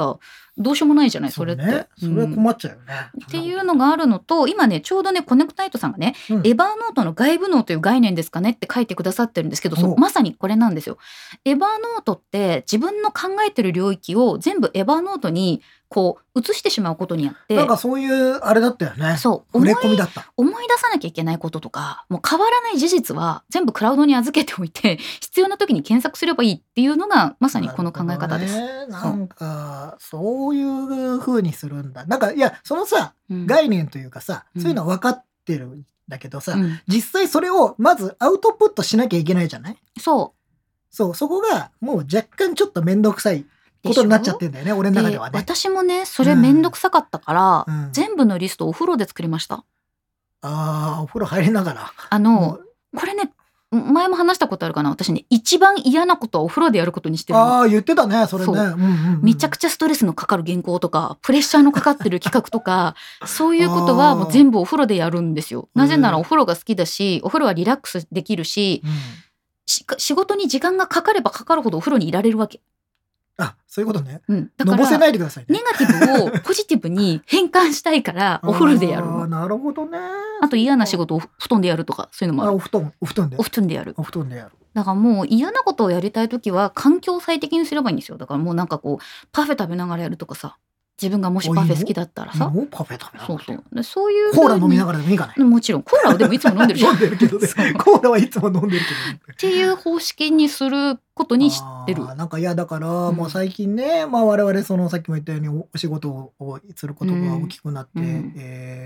どうしようもないじゃないそれって。 それは困っちゃうよね。 っていうのがあるのと、今ねちょうどねコネクタイトさんがね、エヴァーノートの外部脳という概念ですかねって書いてくださってるんですけど、まさにこれなんですよ。エヴァーノートって自分の考えてる領域を全部エヴァーノートにこう移してしまうことによって、 なんかそういうあれだったよね。そう触れ込みだった。 思い出さなきゃいけないこととか、もう変わらない事実は全部クラウドに預けておいて、必要な時に検索すればいいっていうのがまさにこの考え方です。 なんかそういう風にするんだ。なんかいやそのさ、概念というかさ、そういうのは分かってるんだけどさ、実際それをまずアウトプットしなきゃいけないじゃない？そこがもう若干ちょっと面倒くさいことになっちゃってんだよね、俺の中ではね。 私もねそれめんどくさかったから、全部のリストをお風呂で作りました。 お風呂入りながら。 これね前も話したことあるかな。私ね一番嫌なことはお風呂でやることにしてるの。 言ってたねそれね。 めちゃくちゃストレスのかかる原稿とかプレッシャーのかかってる企画とかそういうことはもう全部お風呂でやるんですよ。なぜならお風呂が好きだし、お風呂はリラックスできるし、仕事に時間がかかればかかるほどお風呂にいられるわけ。 そういうことね。 だからのぼせないでくださいね。 ネガティブをポジティブに変換したいからお風呂でやるの。 なるほどね。 あと嫌な仕事を布団でやるとかそういうのもある。 お布団でやる。 だからもう嫌なことをやりたいときは環境を最適にすればいいんですよ。だからもうなんかこうパフェ食べながらやるとかさ。自分がもしパフェ好きだったらさ、 パフェ食べながらそういうコーラ飲みながらでもいいかね。 もちろんコーラはでもいつも飲んでるじゃん。 飲んでるけどね。コーラはいつも飲んでるけど、 っていう方式にすることにしてる。 なんかだからもう最近ね、我々そのさっきも言ったようにお仕事をすることが大きくなって、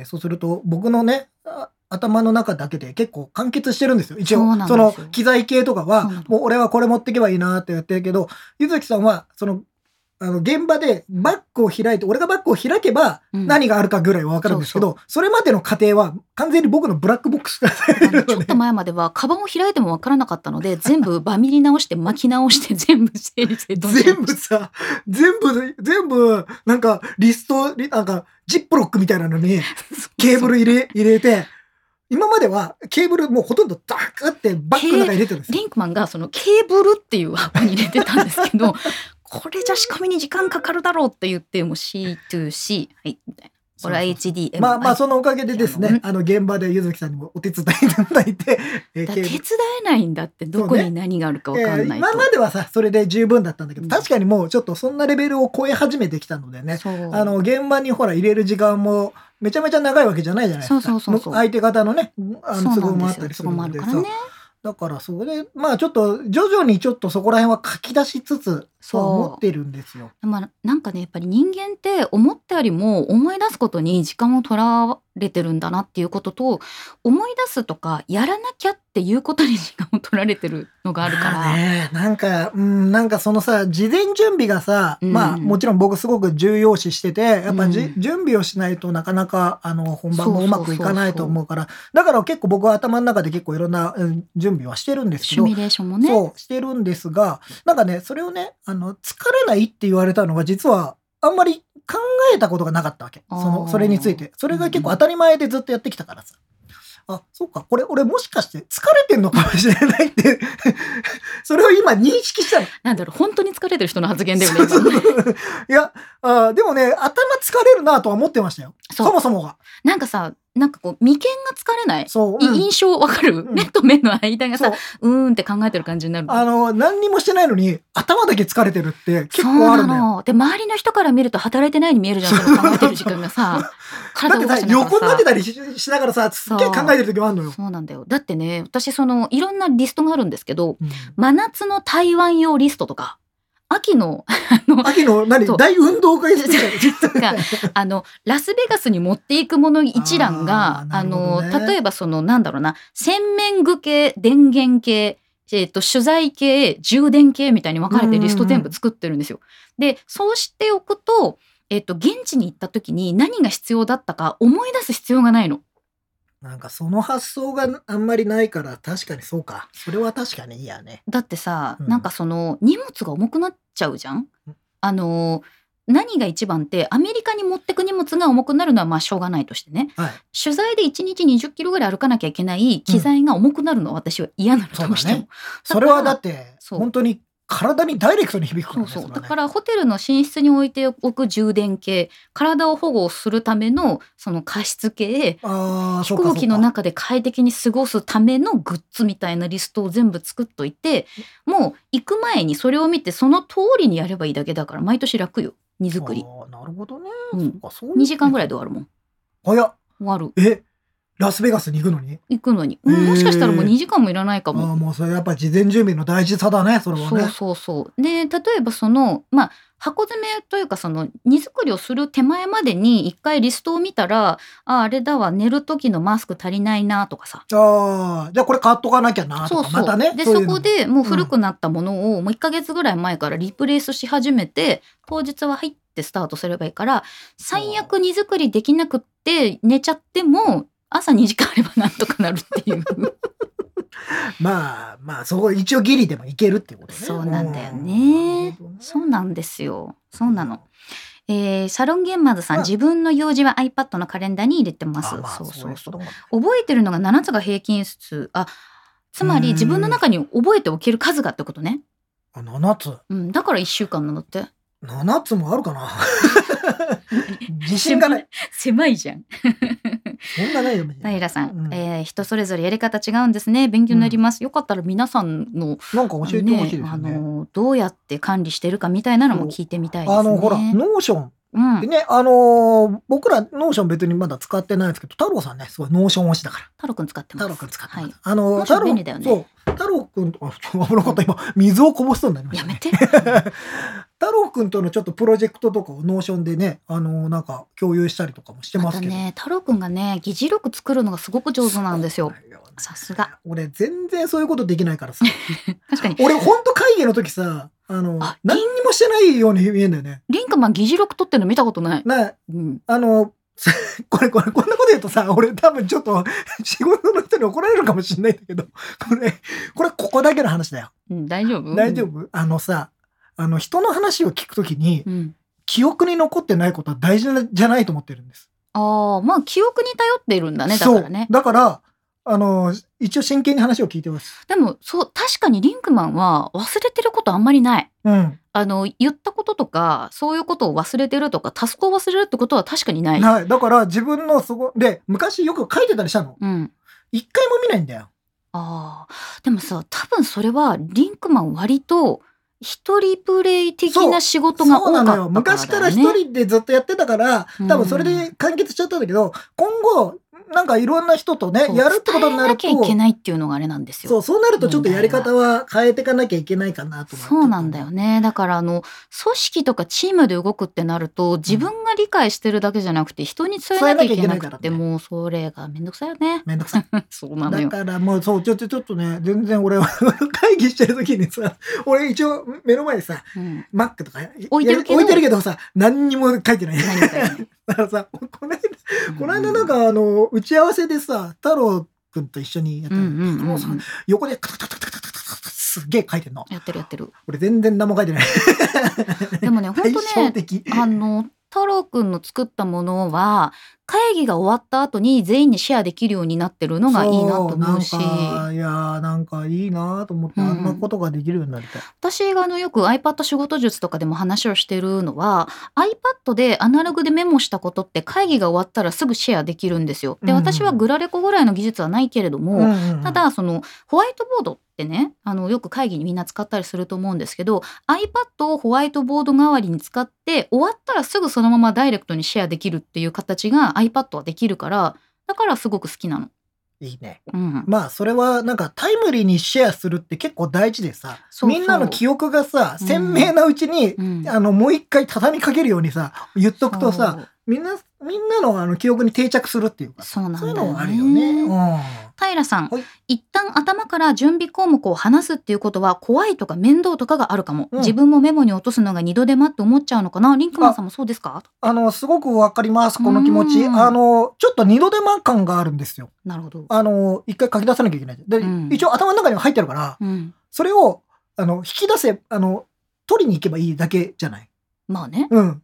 そうすると僕のね頭の中だけで結構完結してるんですよ。一応その機材系とかはもう俺はこれ持ってけばいいなってやってるけど、ゆずきさんはその現場でバッグを開いて、俺がバッグを開けば何があるかぐらいは分かるんですけど、それまでの過程は完全に僕のブラックボックスちょっと前まではカバンを開いても分からなかったので、全部バミり直して巻き直して全部整理整頓して全部なんかリストなんかジップロックみたいなのにケーブル入れて、今まではケーブルもうほとんどダーッってバッグの中に入れてるんですよ。 リンクマンがそのケーブルっていう箱に入れてたんですけどこれじゃ仕込みに時間かかるだろうって言って、もう C2C はいみたいな。これは HDMI。 まあそのおかげでですね、現場でゆずきさんにもお手伝いいただいて、 手伝えないんだって、どこに何があるか分かんないと。 今まではさそれで十分だったんだけど、確かにもうちょっとそんなレベルを超え始めてきたのでね、現場にほら入れる時間もめちゃめちゃ長いわけじゃないじゃないですか。相手方のね都合もあったりするのでさ。だからそれでちょっと徐々にちょっとそこら辺は書き出しつつ思ってるんですよ。 なんかねやっぱり人間って思ったよりも思い出すことに時間を取られてるんだなっていうことと、思い出すとかやらなきゃっていうことに時間を取られてるのがあるから、 なんかそのさ事前準備がさ、もちろん僕すごく重要視してて、やっぱ準備をしないとなかなか本番もうまくいかないと思うから、だから結構僕は頭の中で結構いろんな準備はしてるんですけど、 シミュレーションもねそうしてるんですが、なんかねそれをね疲れないって言われたのが実はあんまり考えたことがなかったわけ。それについて。それが結構当たり前でずっとやってきたからさ。そうか、これ俺もしかして疲れてんのかもしれないってそれを今認識したの。 なんだろう、本当に疲れてる人の発言だよね。 いやでもね頭疲れるなとは思ってましたよ。そもそもが。 なんかさ、なんかこう眉間が疲れない、印象わかる、目と目の間がさって考えてる感じになる。 何にもしてないのに頭だけ疲れてるって結構あるんだよ。 で周りの人から見ると働いてないように見えるじゃん。考えてる時間がさだってさ横になってたりしながらさすっげえ考えてる時もあるのよ。 そうなんだよ。だってね私いろんなリストがあるんですけど、真夏の台湾用リストとか、秋の大運動会ですラスベガスに持っていくもの一覧が、例えばなんだろうな、洗面具系、電源系、取材系、充電系みたいに分かれてリスト全部作ってるんですよ。でそうしておくと、現地に行った時に何が必要だったか思い出す必要がないの。 なんかその発想があんまりないから確かにそうか。それは確かにいいやね。 だってさ、なんか荷物が重くなっちゃうじゃん。何が一番ってアメリカに持ってく荷物が重くなるのはしょうがないとしてね、取材で1日20キロぐらい歩かなきゃいけない機材が重くなるのは私は嫌なの。どうしても。 それはだって本当に体にダイレクトに響くからね。 そうだからホテルの寝室に置いておく充電系、体を保護するためのその加湿系、飛行機の中で快適に過ごすためのグッズみたいなリストを全部作っといて、もう行く前にそれを見てその通りにやればいいだけだから、毎年楽よ、荷造り。 なるほどね。 2時間ぐらいで終わるもん。 早っ。 終わる。 ラスベガスに行くのに、 もしかしたらもう2時間もいらないかも。 もうそれやっぱ事前準備の大事さだね、それはね。 そうで、例えばその箱詰めというか、その荷造りをする手前までに一回リストを見たら、あれだわ、寝る時のマスク足りないなとかさ、 じゃあこれ買っとかなきゃなとか、またね。 でそこでもう古くなったものをもう1ヶ月ぐらい前からリプレイスし始めて、当日は入ってスタートすればいいから、最悪荷造りできなくって寝ちゃっても朝2時間あればなんとかなるっていうまあそこ一応ギリでもいけるっていうことね。 そうなんだよね。そうなんですよ。そうなの。サロンゲンマーズさん、自分の用事は iPad のカレンダーに入れてます。そう覚えてるのが7つが平均数。つまり自分の中に覚えておける数がってことね。 7つ。 だから1週間なのって。 7つもあるかな自信がない。 狭いじゃん。 そんなないよ。 平さん、人それぞれやり方違うんですね。勉強になります。よかったら皆さんのなんか教えてほしいですね。 どうやって管理してるかみたいなのも聞いてみたいですね。 ほらノーション。でね、僕らノーション別にまだ使ってないんですけど、太郎さんね、すごいノーション推しだから。 太郎くん使ってます。 太郎くん使ってます。 ノーション便利だよね。 そう。太郎くんと、危なかった、今、水をこぼしそうになりましたね。 やめて。 太郎くんとのちょっとプロジェクトとかをノーションでね、なんか共有したりとかもしてますけど。 ね、太郎くんがね、議事録作るのがすごく上手なんですよ。さすが。 俺全然そういうことできないからさ。 確かに。 俺ほんと会議の時さ、何にもしてないように見えるんだよね。 リンクマン議事録取ってるの見たことない。 これこんなこと言うとさ、俺多分ちょっと仕事の人に怒られるかもしれないんだけど、ここだけの話だよ。 大丈夫？ 大丈夫？さ、人の話を聞くときに、記憶に残ってないことは大事じゃないと思ってるんです。 記憶に頼っているんだね、だからね。 だから、一応真剣に話を聞いてます。 でも、確かにリンクマンは忘れてることあんまりない。言ったこととか、そういうことを忘れてるとか、タスクを忘れるってことは確かにない。 はい。だから自分ので、昔よく書いてたりしたの。一回も見ないんだよ。 でもさ、多分それはリンクマン割と、一人プレイ的な仕事が多かったからだよね。 昔から一人でずっとやってたから、多分それで完結しちゃったんだけど、今後、なんかいろんな人とね、やるってことになると。 伝えなきゃいけないっていうのがあれなんですよ。 そうなるとちょっとやり方は変えていかなきゃいけないかなと思って。 そうなんだよね。だから組織とかチームで動くってなると、自分が理解してるだけじゃなくて、人に伝えなきゃいけなくて、もうそれがめんどくさいよね。 めんどくさい。 そうなのよ。 だからもうちょっとね、全然俺は会議してる時にさ、俺一応目の前でさ、Mac とか置いてるけどさ、何にも書いてない。だからさ、この間なんか打ち合わせでさ、太郎くんと一緒にやったの。横でカタカタカタカタカタすっげえ書いてんの。 やってる。 俺全然何も書いてない。 でもね、本当ね、太郎くんの作ったものは会議が終わった後に全員にシェアできるようになってるのがいいなと思うし、 なんかいいなと思って、あんなことができるようになりたい。 私がよく iPad 仕事術とかでも話をしてるのは、 iPad でアナログでメモしたことって会議が終わったらすぐシェアできるんですよ。で、私はグラレコぐらいの技術はないけれども、ただホワイトボードってね、よく会議にみんな使ったりすると思うんですけど、 iPad をホワイトボード代わりに使って終わったらすぐそのままダイレクトにシェアできるっていう形が iPad はできるから、だからすごく好きなの。 いいね。まあそれはなんかタイムリーにシェアするって結構大事でさ、みんなの記憶がさ鮮明なうちに、もう一回畳みかけるようにさ言っとくとさ、みんなの記憶に定着するっていうか、 そうなんだよね。 そういうのはあるよね。 平さん、一旦頭から準備項目を話すっていうことは怖いとか面倒とかがあるかも。自分もメモに落とすのが二度手間って思っちゃうのかな。リンクマンさんもそうですか？ すごくわかります、この気持ち。ちょっと二度手間感があるんですよ。 なるほど。 一回書き出さなきゃいけない。で、一応頭の中には入ってるから、それを引き出せ取りに行けばいいだけじゃない。 まあね。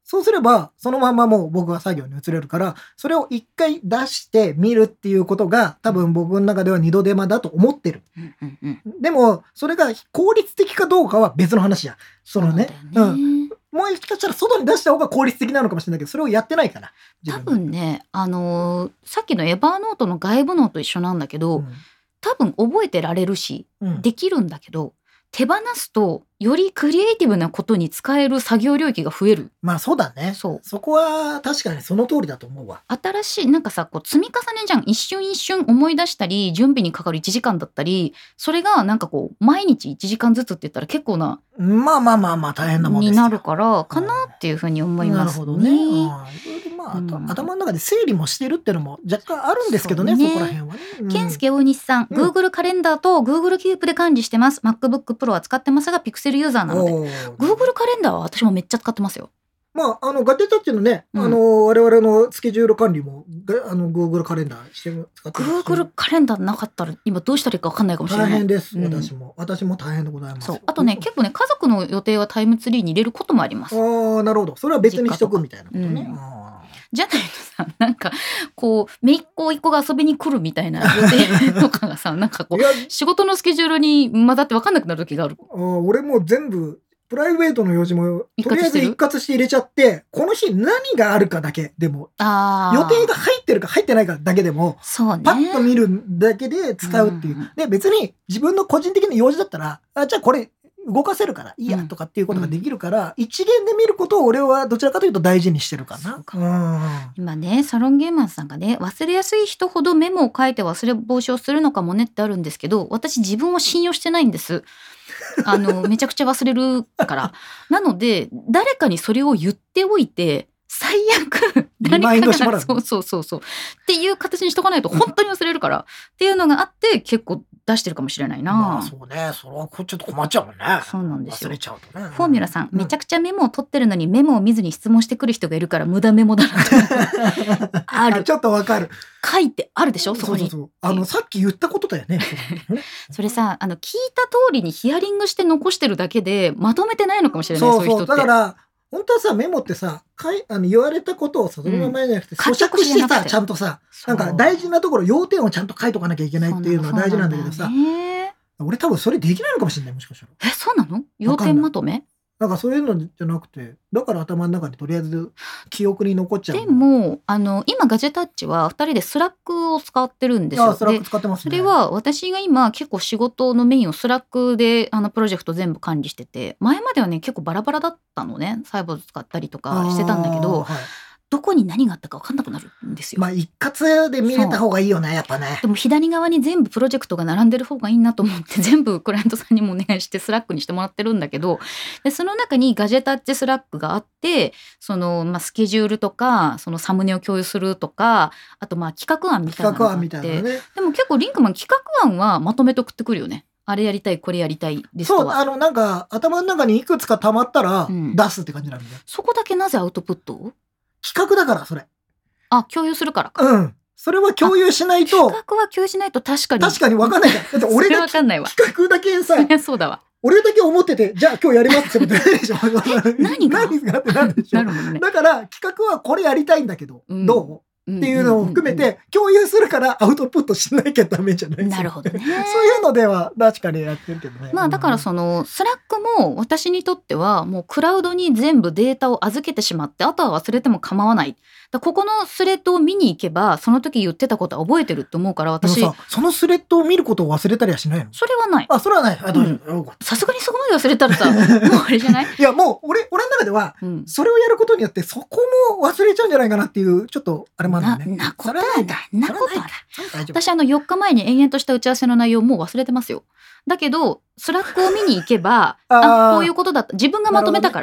そうすれば、そのまんまもう僕は作業に移れるから、それを一回出して見るっていうことが、多分僕の中では二度手間だと思ってる。でも、それが効率的かどうかは別の話や。そのね。もうかしたら外に出した方が効率的なのかもしれないけど、それをやってないから。 多分ね、さっきのエヴァーノートの外部ノーと一緒なんだけど、多分覚えてられるし、できるんだけど、手放すとよりクリエイティブなことに使える作業領域が増える。 まあそうだね。そこは確かにその通りだと思うわ。 新しいなんかさ、こう積み重ねじゃん。一瞬一瞬思い出したり準備にかかる1時間だったり、それがなんかこう毎日1時間ずつって言ったら結構なまあ大変なもんですよになるからかなっていうふうに思いますね。 なるほどね。頭の中で整理もしてるっていうのも若干あるんですけどね、そこら辺はね。 健介大西さん、Google カレンダーと Google キープで管理してます。MacBook Pro は使ってますが、Pixel ユーザーなので。Google カレンダーは私もめっちゃ使ってますよ。 まあ、ガジェタッチのね、我々のスケジュール管理も、Google カレンダーして使ってます。 Google カレンダーなかったら、今どうしたらいいか分かんないかもしれない。 大変です、私も大変でございます。 そう。あとね、結構ね、家族の予定はタイムツリーに入れることもあります。 ああ、なるほど。それは別にしとくみたいなことね。 じゃないとさ、なんかこう姪っ子一個が遊びに来るみたいな予定とかがさ、なんかこう仕事のスケジュールに混ざって分かんなくなる時がある。 俺も全部プライベートの用事もとりあえず一括して入れちゃって、この日何があるかだけでも、予定が入ってるか入ってないかだけでも、 そうね、 パッと見るだけで使うっていう。で、別に自分の個人的な用事だったら、じゃあこれ動かせるからいいやとかっていうことができるから、一元で見ることを俺はどちらかというと大事にしてるかな。 今ね、サロンゲーマーさんがね、忘れやすい人ほどメモを書いて忘れ防止をするのかもねってあるんですけど、私自分を信用してないんです。めちゃくちゃ忘れるから。なので誰かにそれを言っておいて、最悪誰かがそうっていう形にしとかないと本当に忘れるからっていうのがあって、結構出してるかもしれないな。 まあそうね、それはちょっと困っちゃうもんね。 そうなんですよ。 忘れちゃうとね。 フォーミュラさん、めちゃくちゃメモを取ってるのにメモを見ずに質問してくる人がいるから無駄メモだなとある。 ちょっとわかる。 書いてあるでしょ、そこに。 さっき言ったことだよね。 それさ、聞いた通りにヒアリングして残してるだけでまとめてないのかもしれない。そういう人って。 だから本当はさ、メモってさ、言われたことをそのままじゃなくて、咀嚼してさ、ちゃんとさ、なんか大事なところ、要点をちゃんと書いとかなきゃいけないっていうのは大事なんだけどさ、俺多分それできないのかもしれない、もしかしたら。 そうなの？要点まとめ？ なんかそういうのじゃなくて、だから頭の中にとりあえず記憶に残っちゃう。 でも今ガジェタッチは2人でスラックを使ってるんですよ。 スラック使ってますね。 それは私が今結構仕事のメインをスラックでプロジェクト全部管理してて、前まではね結構バラバラだったのね。サイボーズ使ったりとかしてたんだけど、どこに何があったか分かんなくなるんですよ。 まあ一括で見れた方がいいよね、やっぱね。 でも左側に全部プロジェクトが並んでる方がいいなと思って全部クライアントさんにもお願いしてスラックにしてもらってるんだけど、でその中にガジェタッチスラックがあって、スケジュールとかそのサムネを共有するとか、あと企画案みたいなのがあって、ね、でも結構リンクマン企画案はまとめて送ってくるよね。あれやりたいこれやりたいリストは。 そう、なんか頭の中にいくつか溜まったら出すって感じなんで、 そこだけなぜアウトプットを？ 企画だからそれ。 共有するからか。 それは共有しないと。 企画は共有しないと確かに分かんないじゃん。だって俺が企画だけさ、 そうだわ。 俺だけ思ってて、じゃあ今日やりますってことないでしょ。 何がってなんでしょ。だから企画はこれやりたいんだけど、どうっていうのを含めて共有するからアウトプットしなきゃダメじゃないですか。 なるほどね。 そういうのでは確かにやってるけどね。 だからスラックも私にとってはもうクラウドに全部データを預けてしまって、あとは忘れても構わない。ここのスレッドを見に行けばその時言ってたことは覚えてると思うから、私そのスレッドを見ることを忘れたりはしないの？それはない。 それはない。 さすがにそこまで忘れたらさもうあれじゃない？ いやもう俺の中では、それをやることによってそこも忘れちゃうんじゃないかなっていうちょっとあれもあるんだね。 なことはない。私4日前に延々とした打ち合わせの内容もう忘れてますよ。だけどスラックを見に行けばこういうことだった、自分がまとめたから、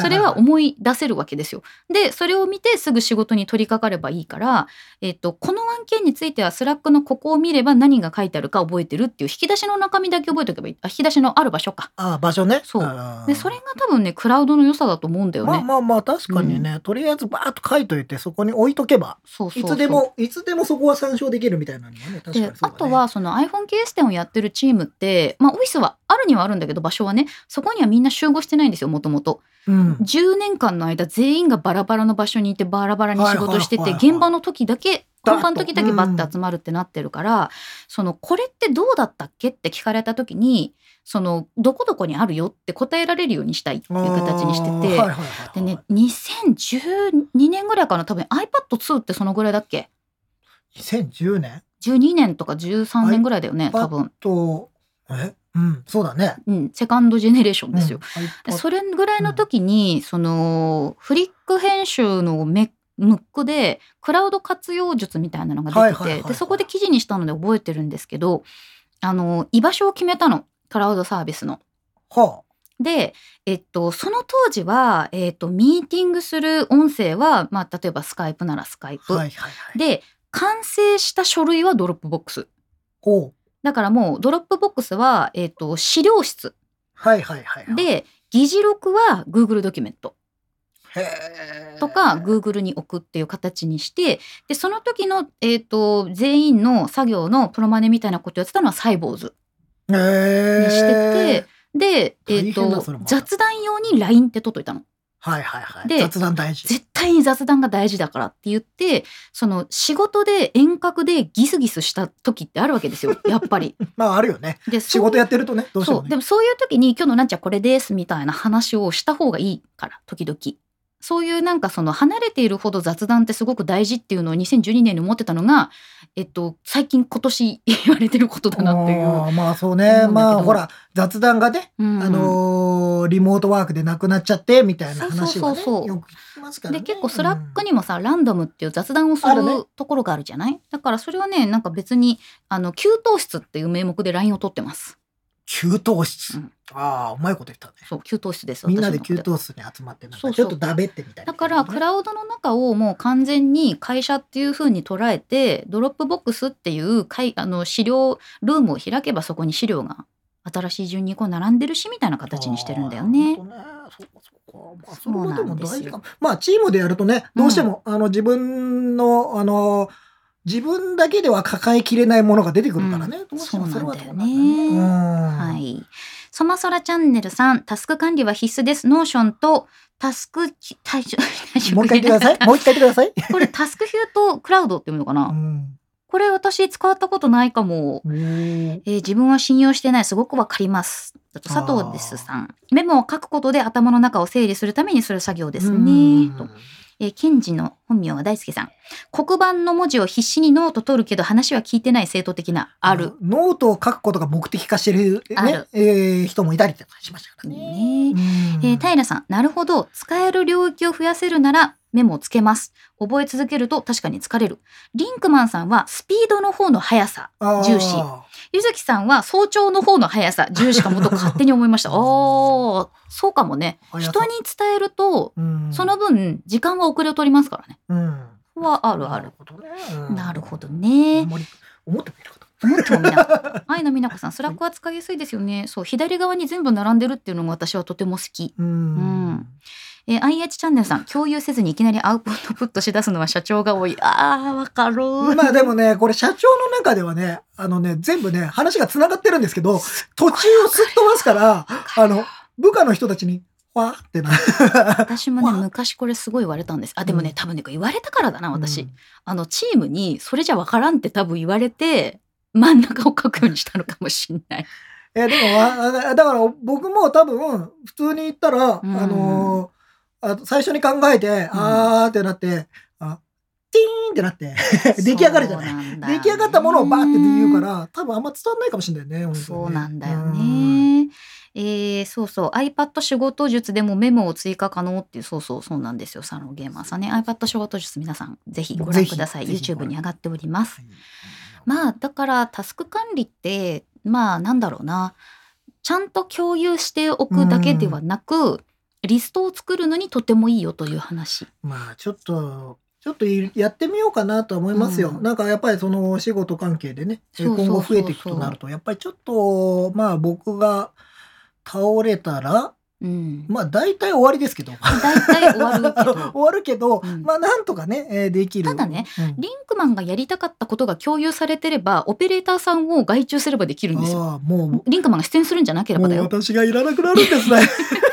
それは思い出せるわけですよ。でそれを見てすぐ仕事に取り掛かればいいから、この案件についてはスラックのここを見れば何が書いてあるか覚えてるっていう引き出しの中身だけ覚えておけばいい。引き出しのある場所か。 場所ね。 そうでそれが多分ねクラウドの良さだと思うんだよね。 確かにね、とりあえずバーッと書いといてそこに置いとけば、いつでもそこは参照できるみたいなのがね、確かにそうだね。 あとはその iPhone ケース店をやってるチームってて、オフィスはあるにはあるんだけど場所はね、そこにはみんな集合してないんですよ、もともと。10年間の間全員がバラバラの場所にいてバラバラに仕事してて、現場の時だけ本番の時だけバッて集まるってなってるから、これってどうだったっけって聞かれた時に、どこどこにあるよって答えられるようにしたいっていう形にしてて、でね、2012年ぐらいかな、多分 iPad2 ってそのぐらいだっけ。 2010年 12年とか13年ぐらいだよね、多分。 そうだね。 セカンドジェネレーションですよ。それぐらいの時に、フリック編集のムックでクラウド活用術みたいなのが出てて、でそこで記事にしたので覚えてるんですけど、居場所を決めたの、クラウドサービスの。で、その当時は、ミーティングする音声は、例えばスカイプならスカイプ。で、完成した書類はドロップボックス。だからもうドロップボックスは、資料室。で、議事録は Google ドキュメント。とか Google に置くっていう形にして、でその時の、全員の作業のプロマネみたいなことをやってたのはサイボーズにしてて、で、雑談用に LINE って取っといたの。で雑談大事。 絶対に雑談が大事だからって言って、仕事で遠隔でギスギスした時ってあるわけですよ、やっぱり。 あるよね。で仕事やってるとね、どうしてもね。 でもそういう時に今日のランチはこれですみたいな話をした方がいいから、時々。そういう離れているほど雑談ってすごく大事っていうのを2012年に思ってたのが、最近今年言われてることだなっていう。 そうね。ほら雑談がね、リモートワークでなくなっちゃってみたいな話はね、よく聞きますからね。 で結構スラックにもさ、ランダムっていう雑談をするところがあるじゃない。だからそれはね、別に給湯室っていう名目で LINE を取ってます。 給湯室、うまいこと言ったね。 そう給湯室です。 みんなで給湯室に集まってちょっとだべってみたいな、 だからクラウドの中をもう完全に会社っていう風に捉えて、ドロップボックスっていう資料ルームを開けばそこに資料が新しい順に並んでるしみたいな形にしてるんだよね。 それはでも大事かも。チームでやるとね、どうしても、自分の自分だけでは抱えきれないものが出てくるからね。 そうなんだよね。はい。ソマソラチャンネルさん、タスク管理は必須です。ノーションとタスク対象。 もう一回言ってください。もう一回言ってください。 これタスクヒューとクラウドっていうのかな。これ私使ったことないかも。自分は信用してない。すごくわかります。佐藤ですさん。メモを書くことで頭の中を整理するためにする作業ですね。と。検事の本名は大輔さん。黒板の文字を必死にノート取るけど話は聞いてない生徒的なある。 ノートを書くことが目的化してる、人もいたりとかしましたからね。 平さん、なるほど。使える領域を増やせるならメモをつけます。覚え続けると確かに疲れる。リンクマンさんはスピードの方の速さ重視。ゆずきさんは早朝の方の速さ重視かもと勝手に思いました。そうかもね。人に伝えるとその分時間は遅れを取りますからね。はある。なるほどね。 思ってもいなかった。 思ってもみなかった。愛の美奈子さん、スラックは使いやすいですよね。そう、左側に全部並んでるっていうのが私はとても好き。IH チャンネルさん、共有せずにいきなりアウトプットしだすのは社長が多い。わかる。 でもね、これ社長の中ではね、全部ね、話が繋がってるんですけど、途中をすっ飛ばすから、部下の人たちに、わーってな。 私もね、昔これすごい言われたんです。でもね、多分ね、言われたからだな、私。チームに、それじゃわからんって多分言われて、真ん中を書くようにしたのかもしんない。 でも、だから僕も多分、普通に言ったら、最初に考えて、ってなって、ティーンってなって、出来上がるじゃない。出来上がったものをバーって言うから、多分あんま伝わんないかもしれないね。 そうなんだよね。そうそう iPad 仕事術でもメモを追加可能っていう、そうなんですよ。サロンゲーマーさんね、 iPad 仕事術皆さんぜひご覧ください。YouTube に上がっております。だからタスク管理ってなんだろうな、ちゃんと共有しておくだけではなく、リストを作るのにとてもいいよという話。 ちょっとやってみようかなと思いますよ。なんかやっぱりその仕事関係でね、今後増えていくとなると、やっぱりちょっと僕が倒れたらまあ大体終わりですけど。 大体終わるけど。 終わるけど、まあなんとかね、できる。 ただね、リンクマンがやりたかったことが共有されてれば、オペレーターさんを外注すればできるんですよ。もうリンクマンが出演するんじゃなければだよ。 もう私がいらなくなるんですね。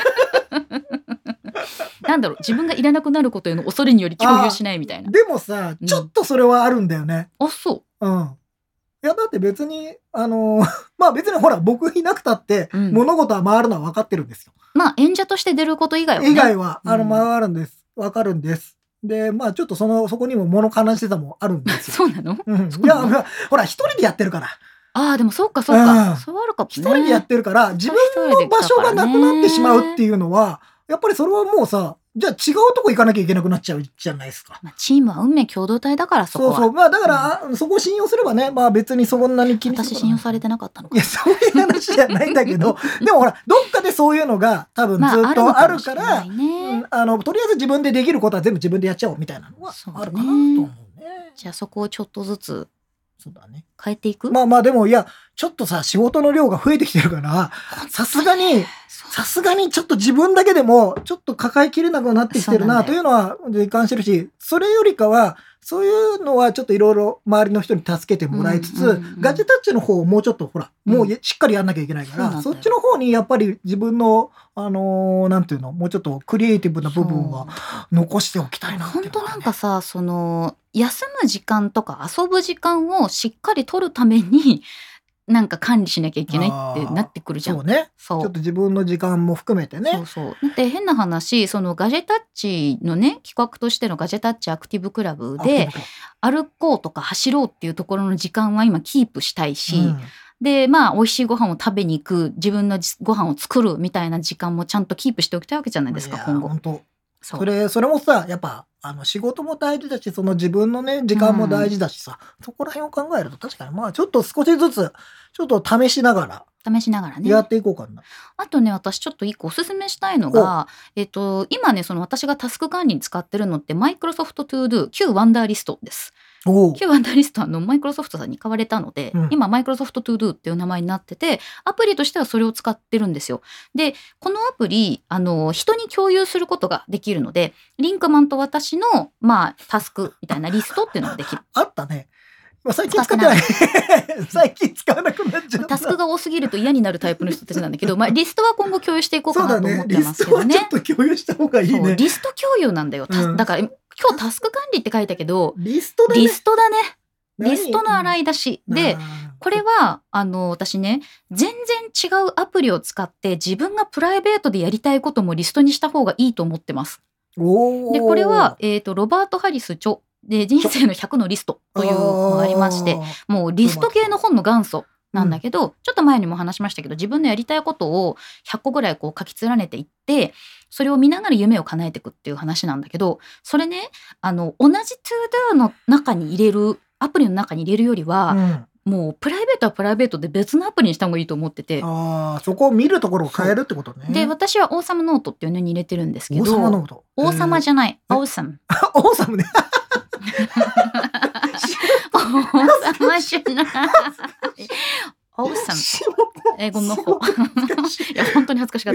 なんだろう、自分がいらなくなることへの恐れにより共有しないみたいな。 でもさ、ちょっとそれはあるんだよね。 あ、そう。 いやだって別にまあ別にほら僕いなくたって物事は回るのは分かってるんですよ。 まあ演者として出ること以外はね。 以外は回るんです。分かるんです。でまあちょっとそこにも物悲しさもあるんですよ。そうなの？ いやほら一人でやってるから。 ああでもそうかそうか。そうあるかもね。 一人でやってるから自分の場所がなくなってしまうっていうのはやっぱりそれはもうさ。じゃあ違うとこ行かなきゃいけなくなっちゃうじゃないですか。 チームは運命共同体だからそこは。 そう。まあだから、そこを信用すればね、まあ別にそんなに気に私信用されてなかったのか。 いや、そういう話じゃないんだけど、でもほら、どっかでそういうのが多分ずっとあるから、とりあえず自分でできることは全部自分でやっちゃおうみたいなのはあるかなと思うね。 じゃあそこをちょっとずつ。 そうだね。 変えていく？ まあでもいや、ちょっとさ、仕事の量が増えてきてるから、さすがにちょっと自分だけでもちょっと抱えきれなくなってきてるなというのは実感してるし、それよりかはそういうのはちょっといろいろ周りの人に助けてもらいつつ、ガジェタッチの方をもうちょっとほら、もうしっかりやんなきゃいけないから、そっちの方にやっぱり自分のなんていうの、もうちょっとクリエイティブな部分は残しておきたいなっていうのはね。 本当なんかさ、休む時間とか遊ぶ時間をしっかり取るためになんか管理しなきゃいけないってなってくるじゃん。 そうね。ちょっと自分の時間も含めてね。 で変な話、ガジェタッチのね企画としてのガジェタッチアクティブクラブで歩こうとか走ろうっていうところの時間は今キープしたいし、でまあ美味しいご飯を食べに行く、自分のご飯を作るみたいな時間もちゃんとキープしておきたいわけじゃないですか今後。 本当。それもさ、やっぱ仕事も大事だし、その自分のね時間も大事だしさ、そこら辺を考えると確かにまあちょっと少しずつちょっと試しながらねやっていこうかな。 あとね、私ちょっと一個おすすめしたいのが、今ね私がタスク管理に使ってるのってマイクロソフトトゥードゥ旧ワンダーリストです。旧ワンダーリストはマイクロソフトさんに買われたので、今マイクロソフトトゥードゥっていう名前になってて、アプリとしてはそれを使ってるんですよ。でこのアプリ人に共有することができるので、リンクマンと私のまあタスクみたいなリストっていうのができる。 あったね。最近使ってない。最近使わなくなっちゃった。 タスクが多すぎると嫌になるタイプの人たちなんだけど、まあリストは今後共有していこうかなと思ってますけどね。 リストはちょっと共有した方がいいね。 リスト共有なんだよ。だから今日タスク管理って書いたけど、 リストだね。 リストの洗い出しで、これは私ね全然違うアプリを使って自分がプライベートでやりたいこともリストにした方がいいと思ってます。でこれは、ロバート・ハリス著で人生の100のリストというのがありまして、もうリスト系の本の元祖なんだけど、ちょっと前にも話しましたけど、自分のやりたいことを100個ぐらいこう書き連ねていって、それを見ながら夢を叶えていくっていう話なんだけど、それね同じ ToDo の中に入れるアプリの中に入れるよりは、もうプライベートはプライベートで別のアプリにした方がいいと思ってて。 そこを見るところを変えるってことね。 で私はオーサムノートっていうのに入れてるんですけど、 王様ノート、 王様じゃない、オーサム。 オーサムね。 王様じゃない。オーサム。英語の方。いや本当に恥ずかしかった。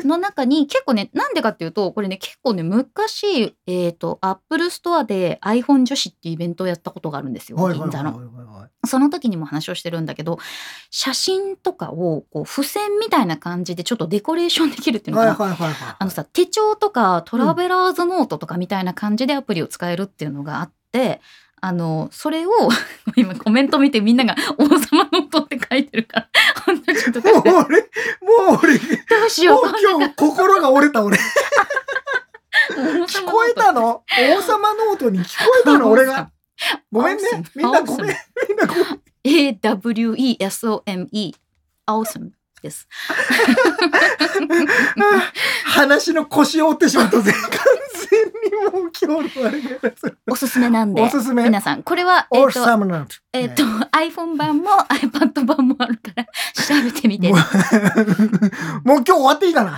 の中に結構ね、なんでかっていうと、これね結構ね昔アップルストアで iPhone 女子っていうイベントをやったことがあるんですよ、銀座の。その時にも話をしてるんだけど、写真とかをこう付箋みたいな感じでちょっとデコレーションできるっていうのかな。さ手帳とかトラベラーズノートとかみたいな感じでアプリを使えるっていうのがあって、それを今コメント見てみんなが王様ノートって書いてるから本当にちょっともう俺どうしよう。 もう今日心が折れた俺。聞こえたの？王様ノートに聞こえたの俺が。ごめんね。みんなごめん。 AWESOME Awesome です。 話の腰を折ってしまったぜ。完全にもう今日のあれがおすすめなんで。 おすすめ。 皆さんこれは Awesome note。 iPhone 版も iPad 版もあるから調べてみて。 もう今日終わっていいかな。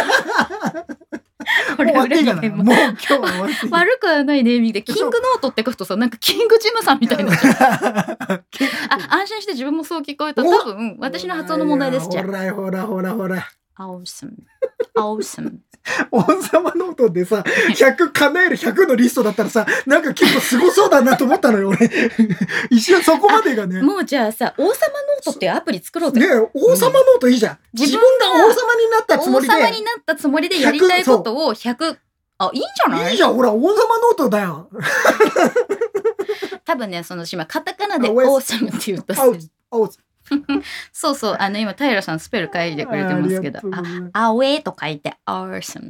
これもう今日は終わっていい。 悪くはないね意味で、キングノートって書くとさ、なんかキングジムさんみたいな。安心して自分もそう聞こえた。多分私の発音の問題です。じゃあ。 ほら。 Awesome awesome。 王様ノートでさ、100叶える100のリストだったらさ、なんか結構すごそうだなと思ったのよ、俺。一瞬そこまでがね。 もうじゃあさ、王様ノートっていうアプリ作ろうぜ。 ねえ、王様ノートいいじゃん。自分が王様になったつもりで。 王様になったつもりでやりたいことを100、あ、いいんじゃない？ いいじゃん、ほら、王様ノートだよ。 多分ね、その島、カタカナでオーサムって言うとそうそう、今、平さんスペル書いてくれてますけど、アウェイと書いて、アーサム。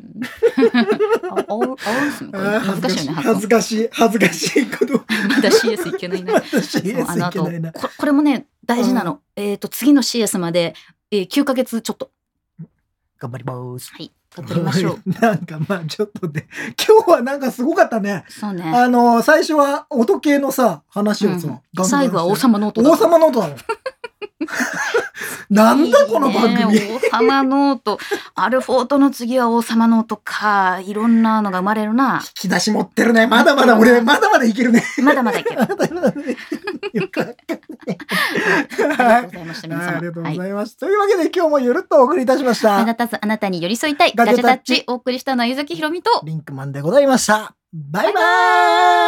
恥ずかしいよね、 恥ずかしいこと。 まだ CS いけないな。これもね、大事なの。次の CS まで、9ヶ月ちょっと。 頑張ります。 はい。頑張りましょう。 なんかまあちょっとね、今日はなんかすごかったね。 そうね。 最初は音系のさ、話をさ、 最後は王様ノートだ。王様ノートだもん。なんだこの番組。 王様ノート。アルフォートの次は王様ノートか。いろんなのが生まれるな。 引き出し持ってるね。まだまだ俺、まだまだいけるね。 まだまだいける。 よかった。 ありがとうございました、皆様。 ありがとうございます。というわけで今日もゆるっとお送りいたしました。 目立たずあなたに寄り添いたい。ガジェタッチ。お送りしたのはゆずきひろみとリンクマンでございました。バイバーイ。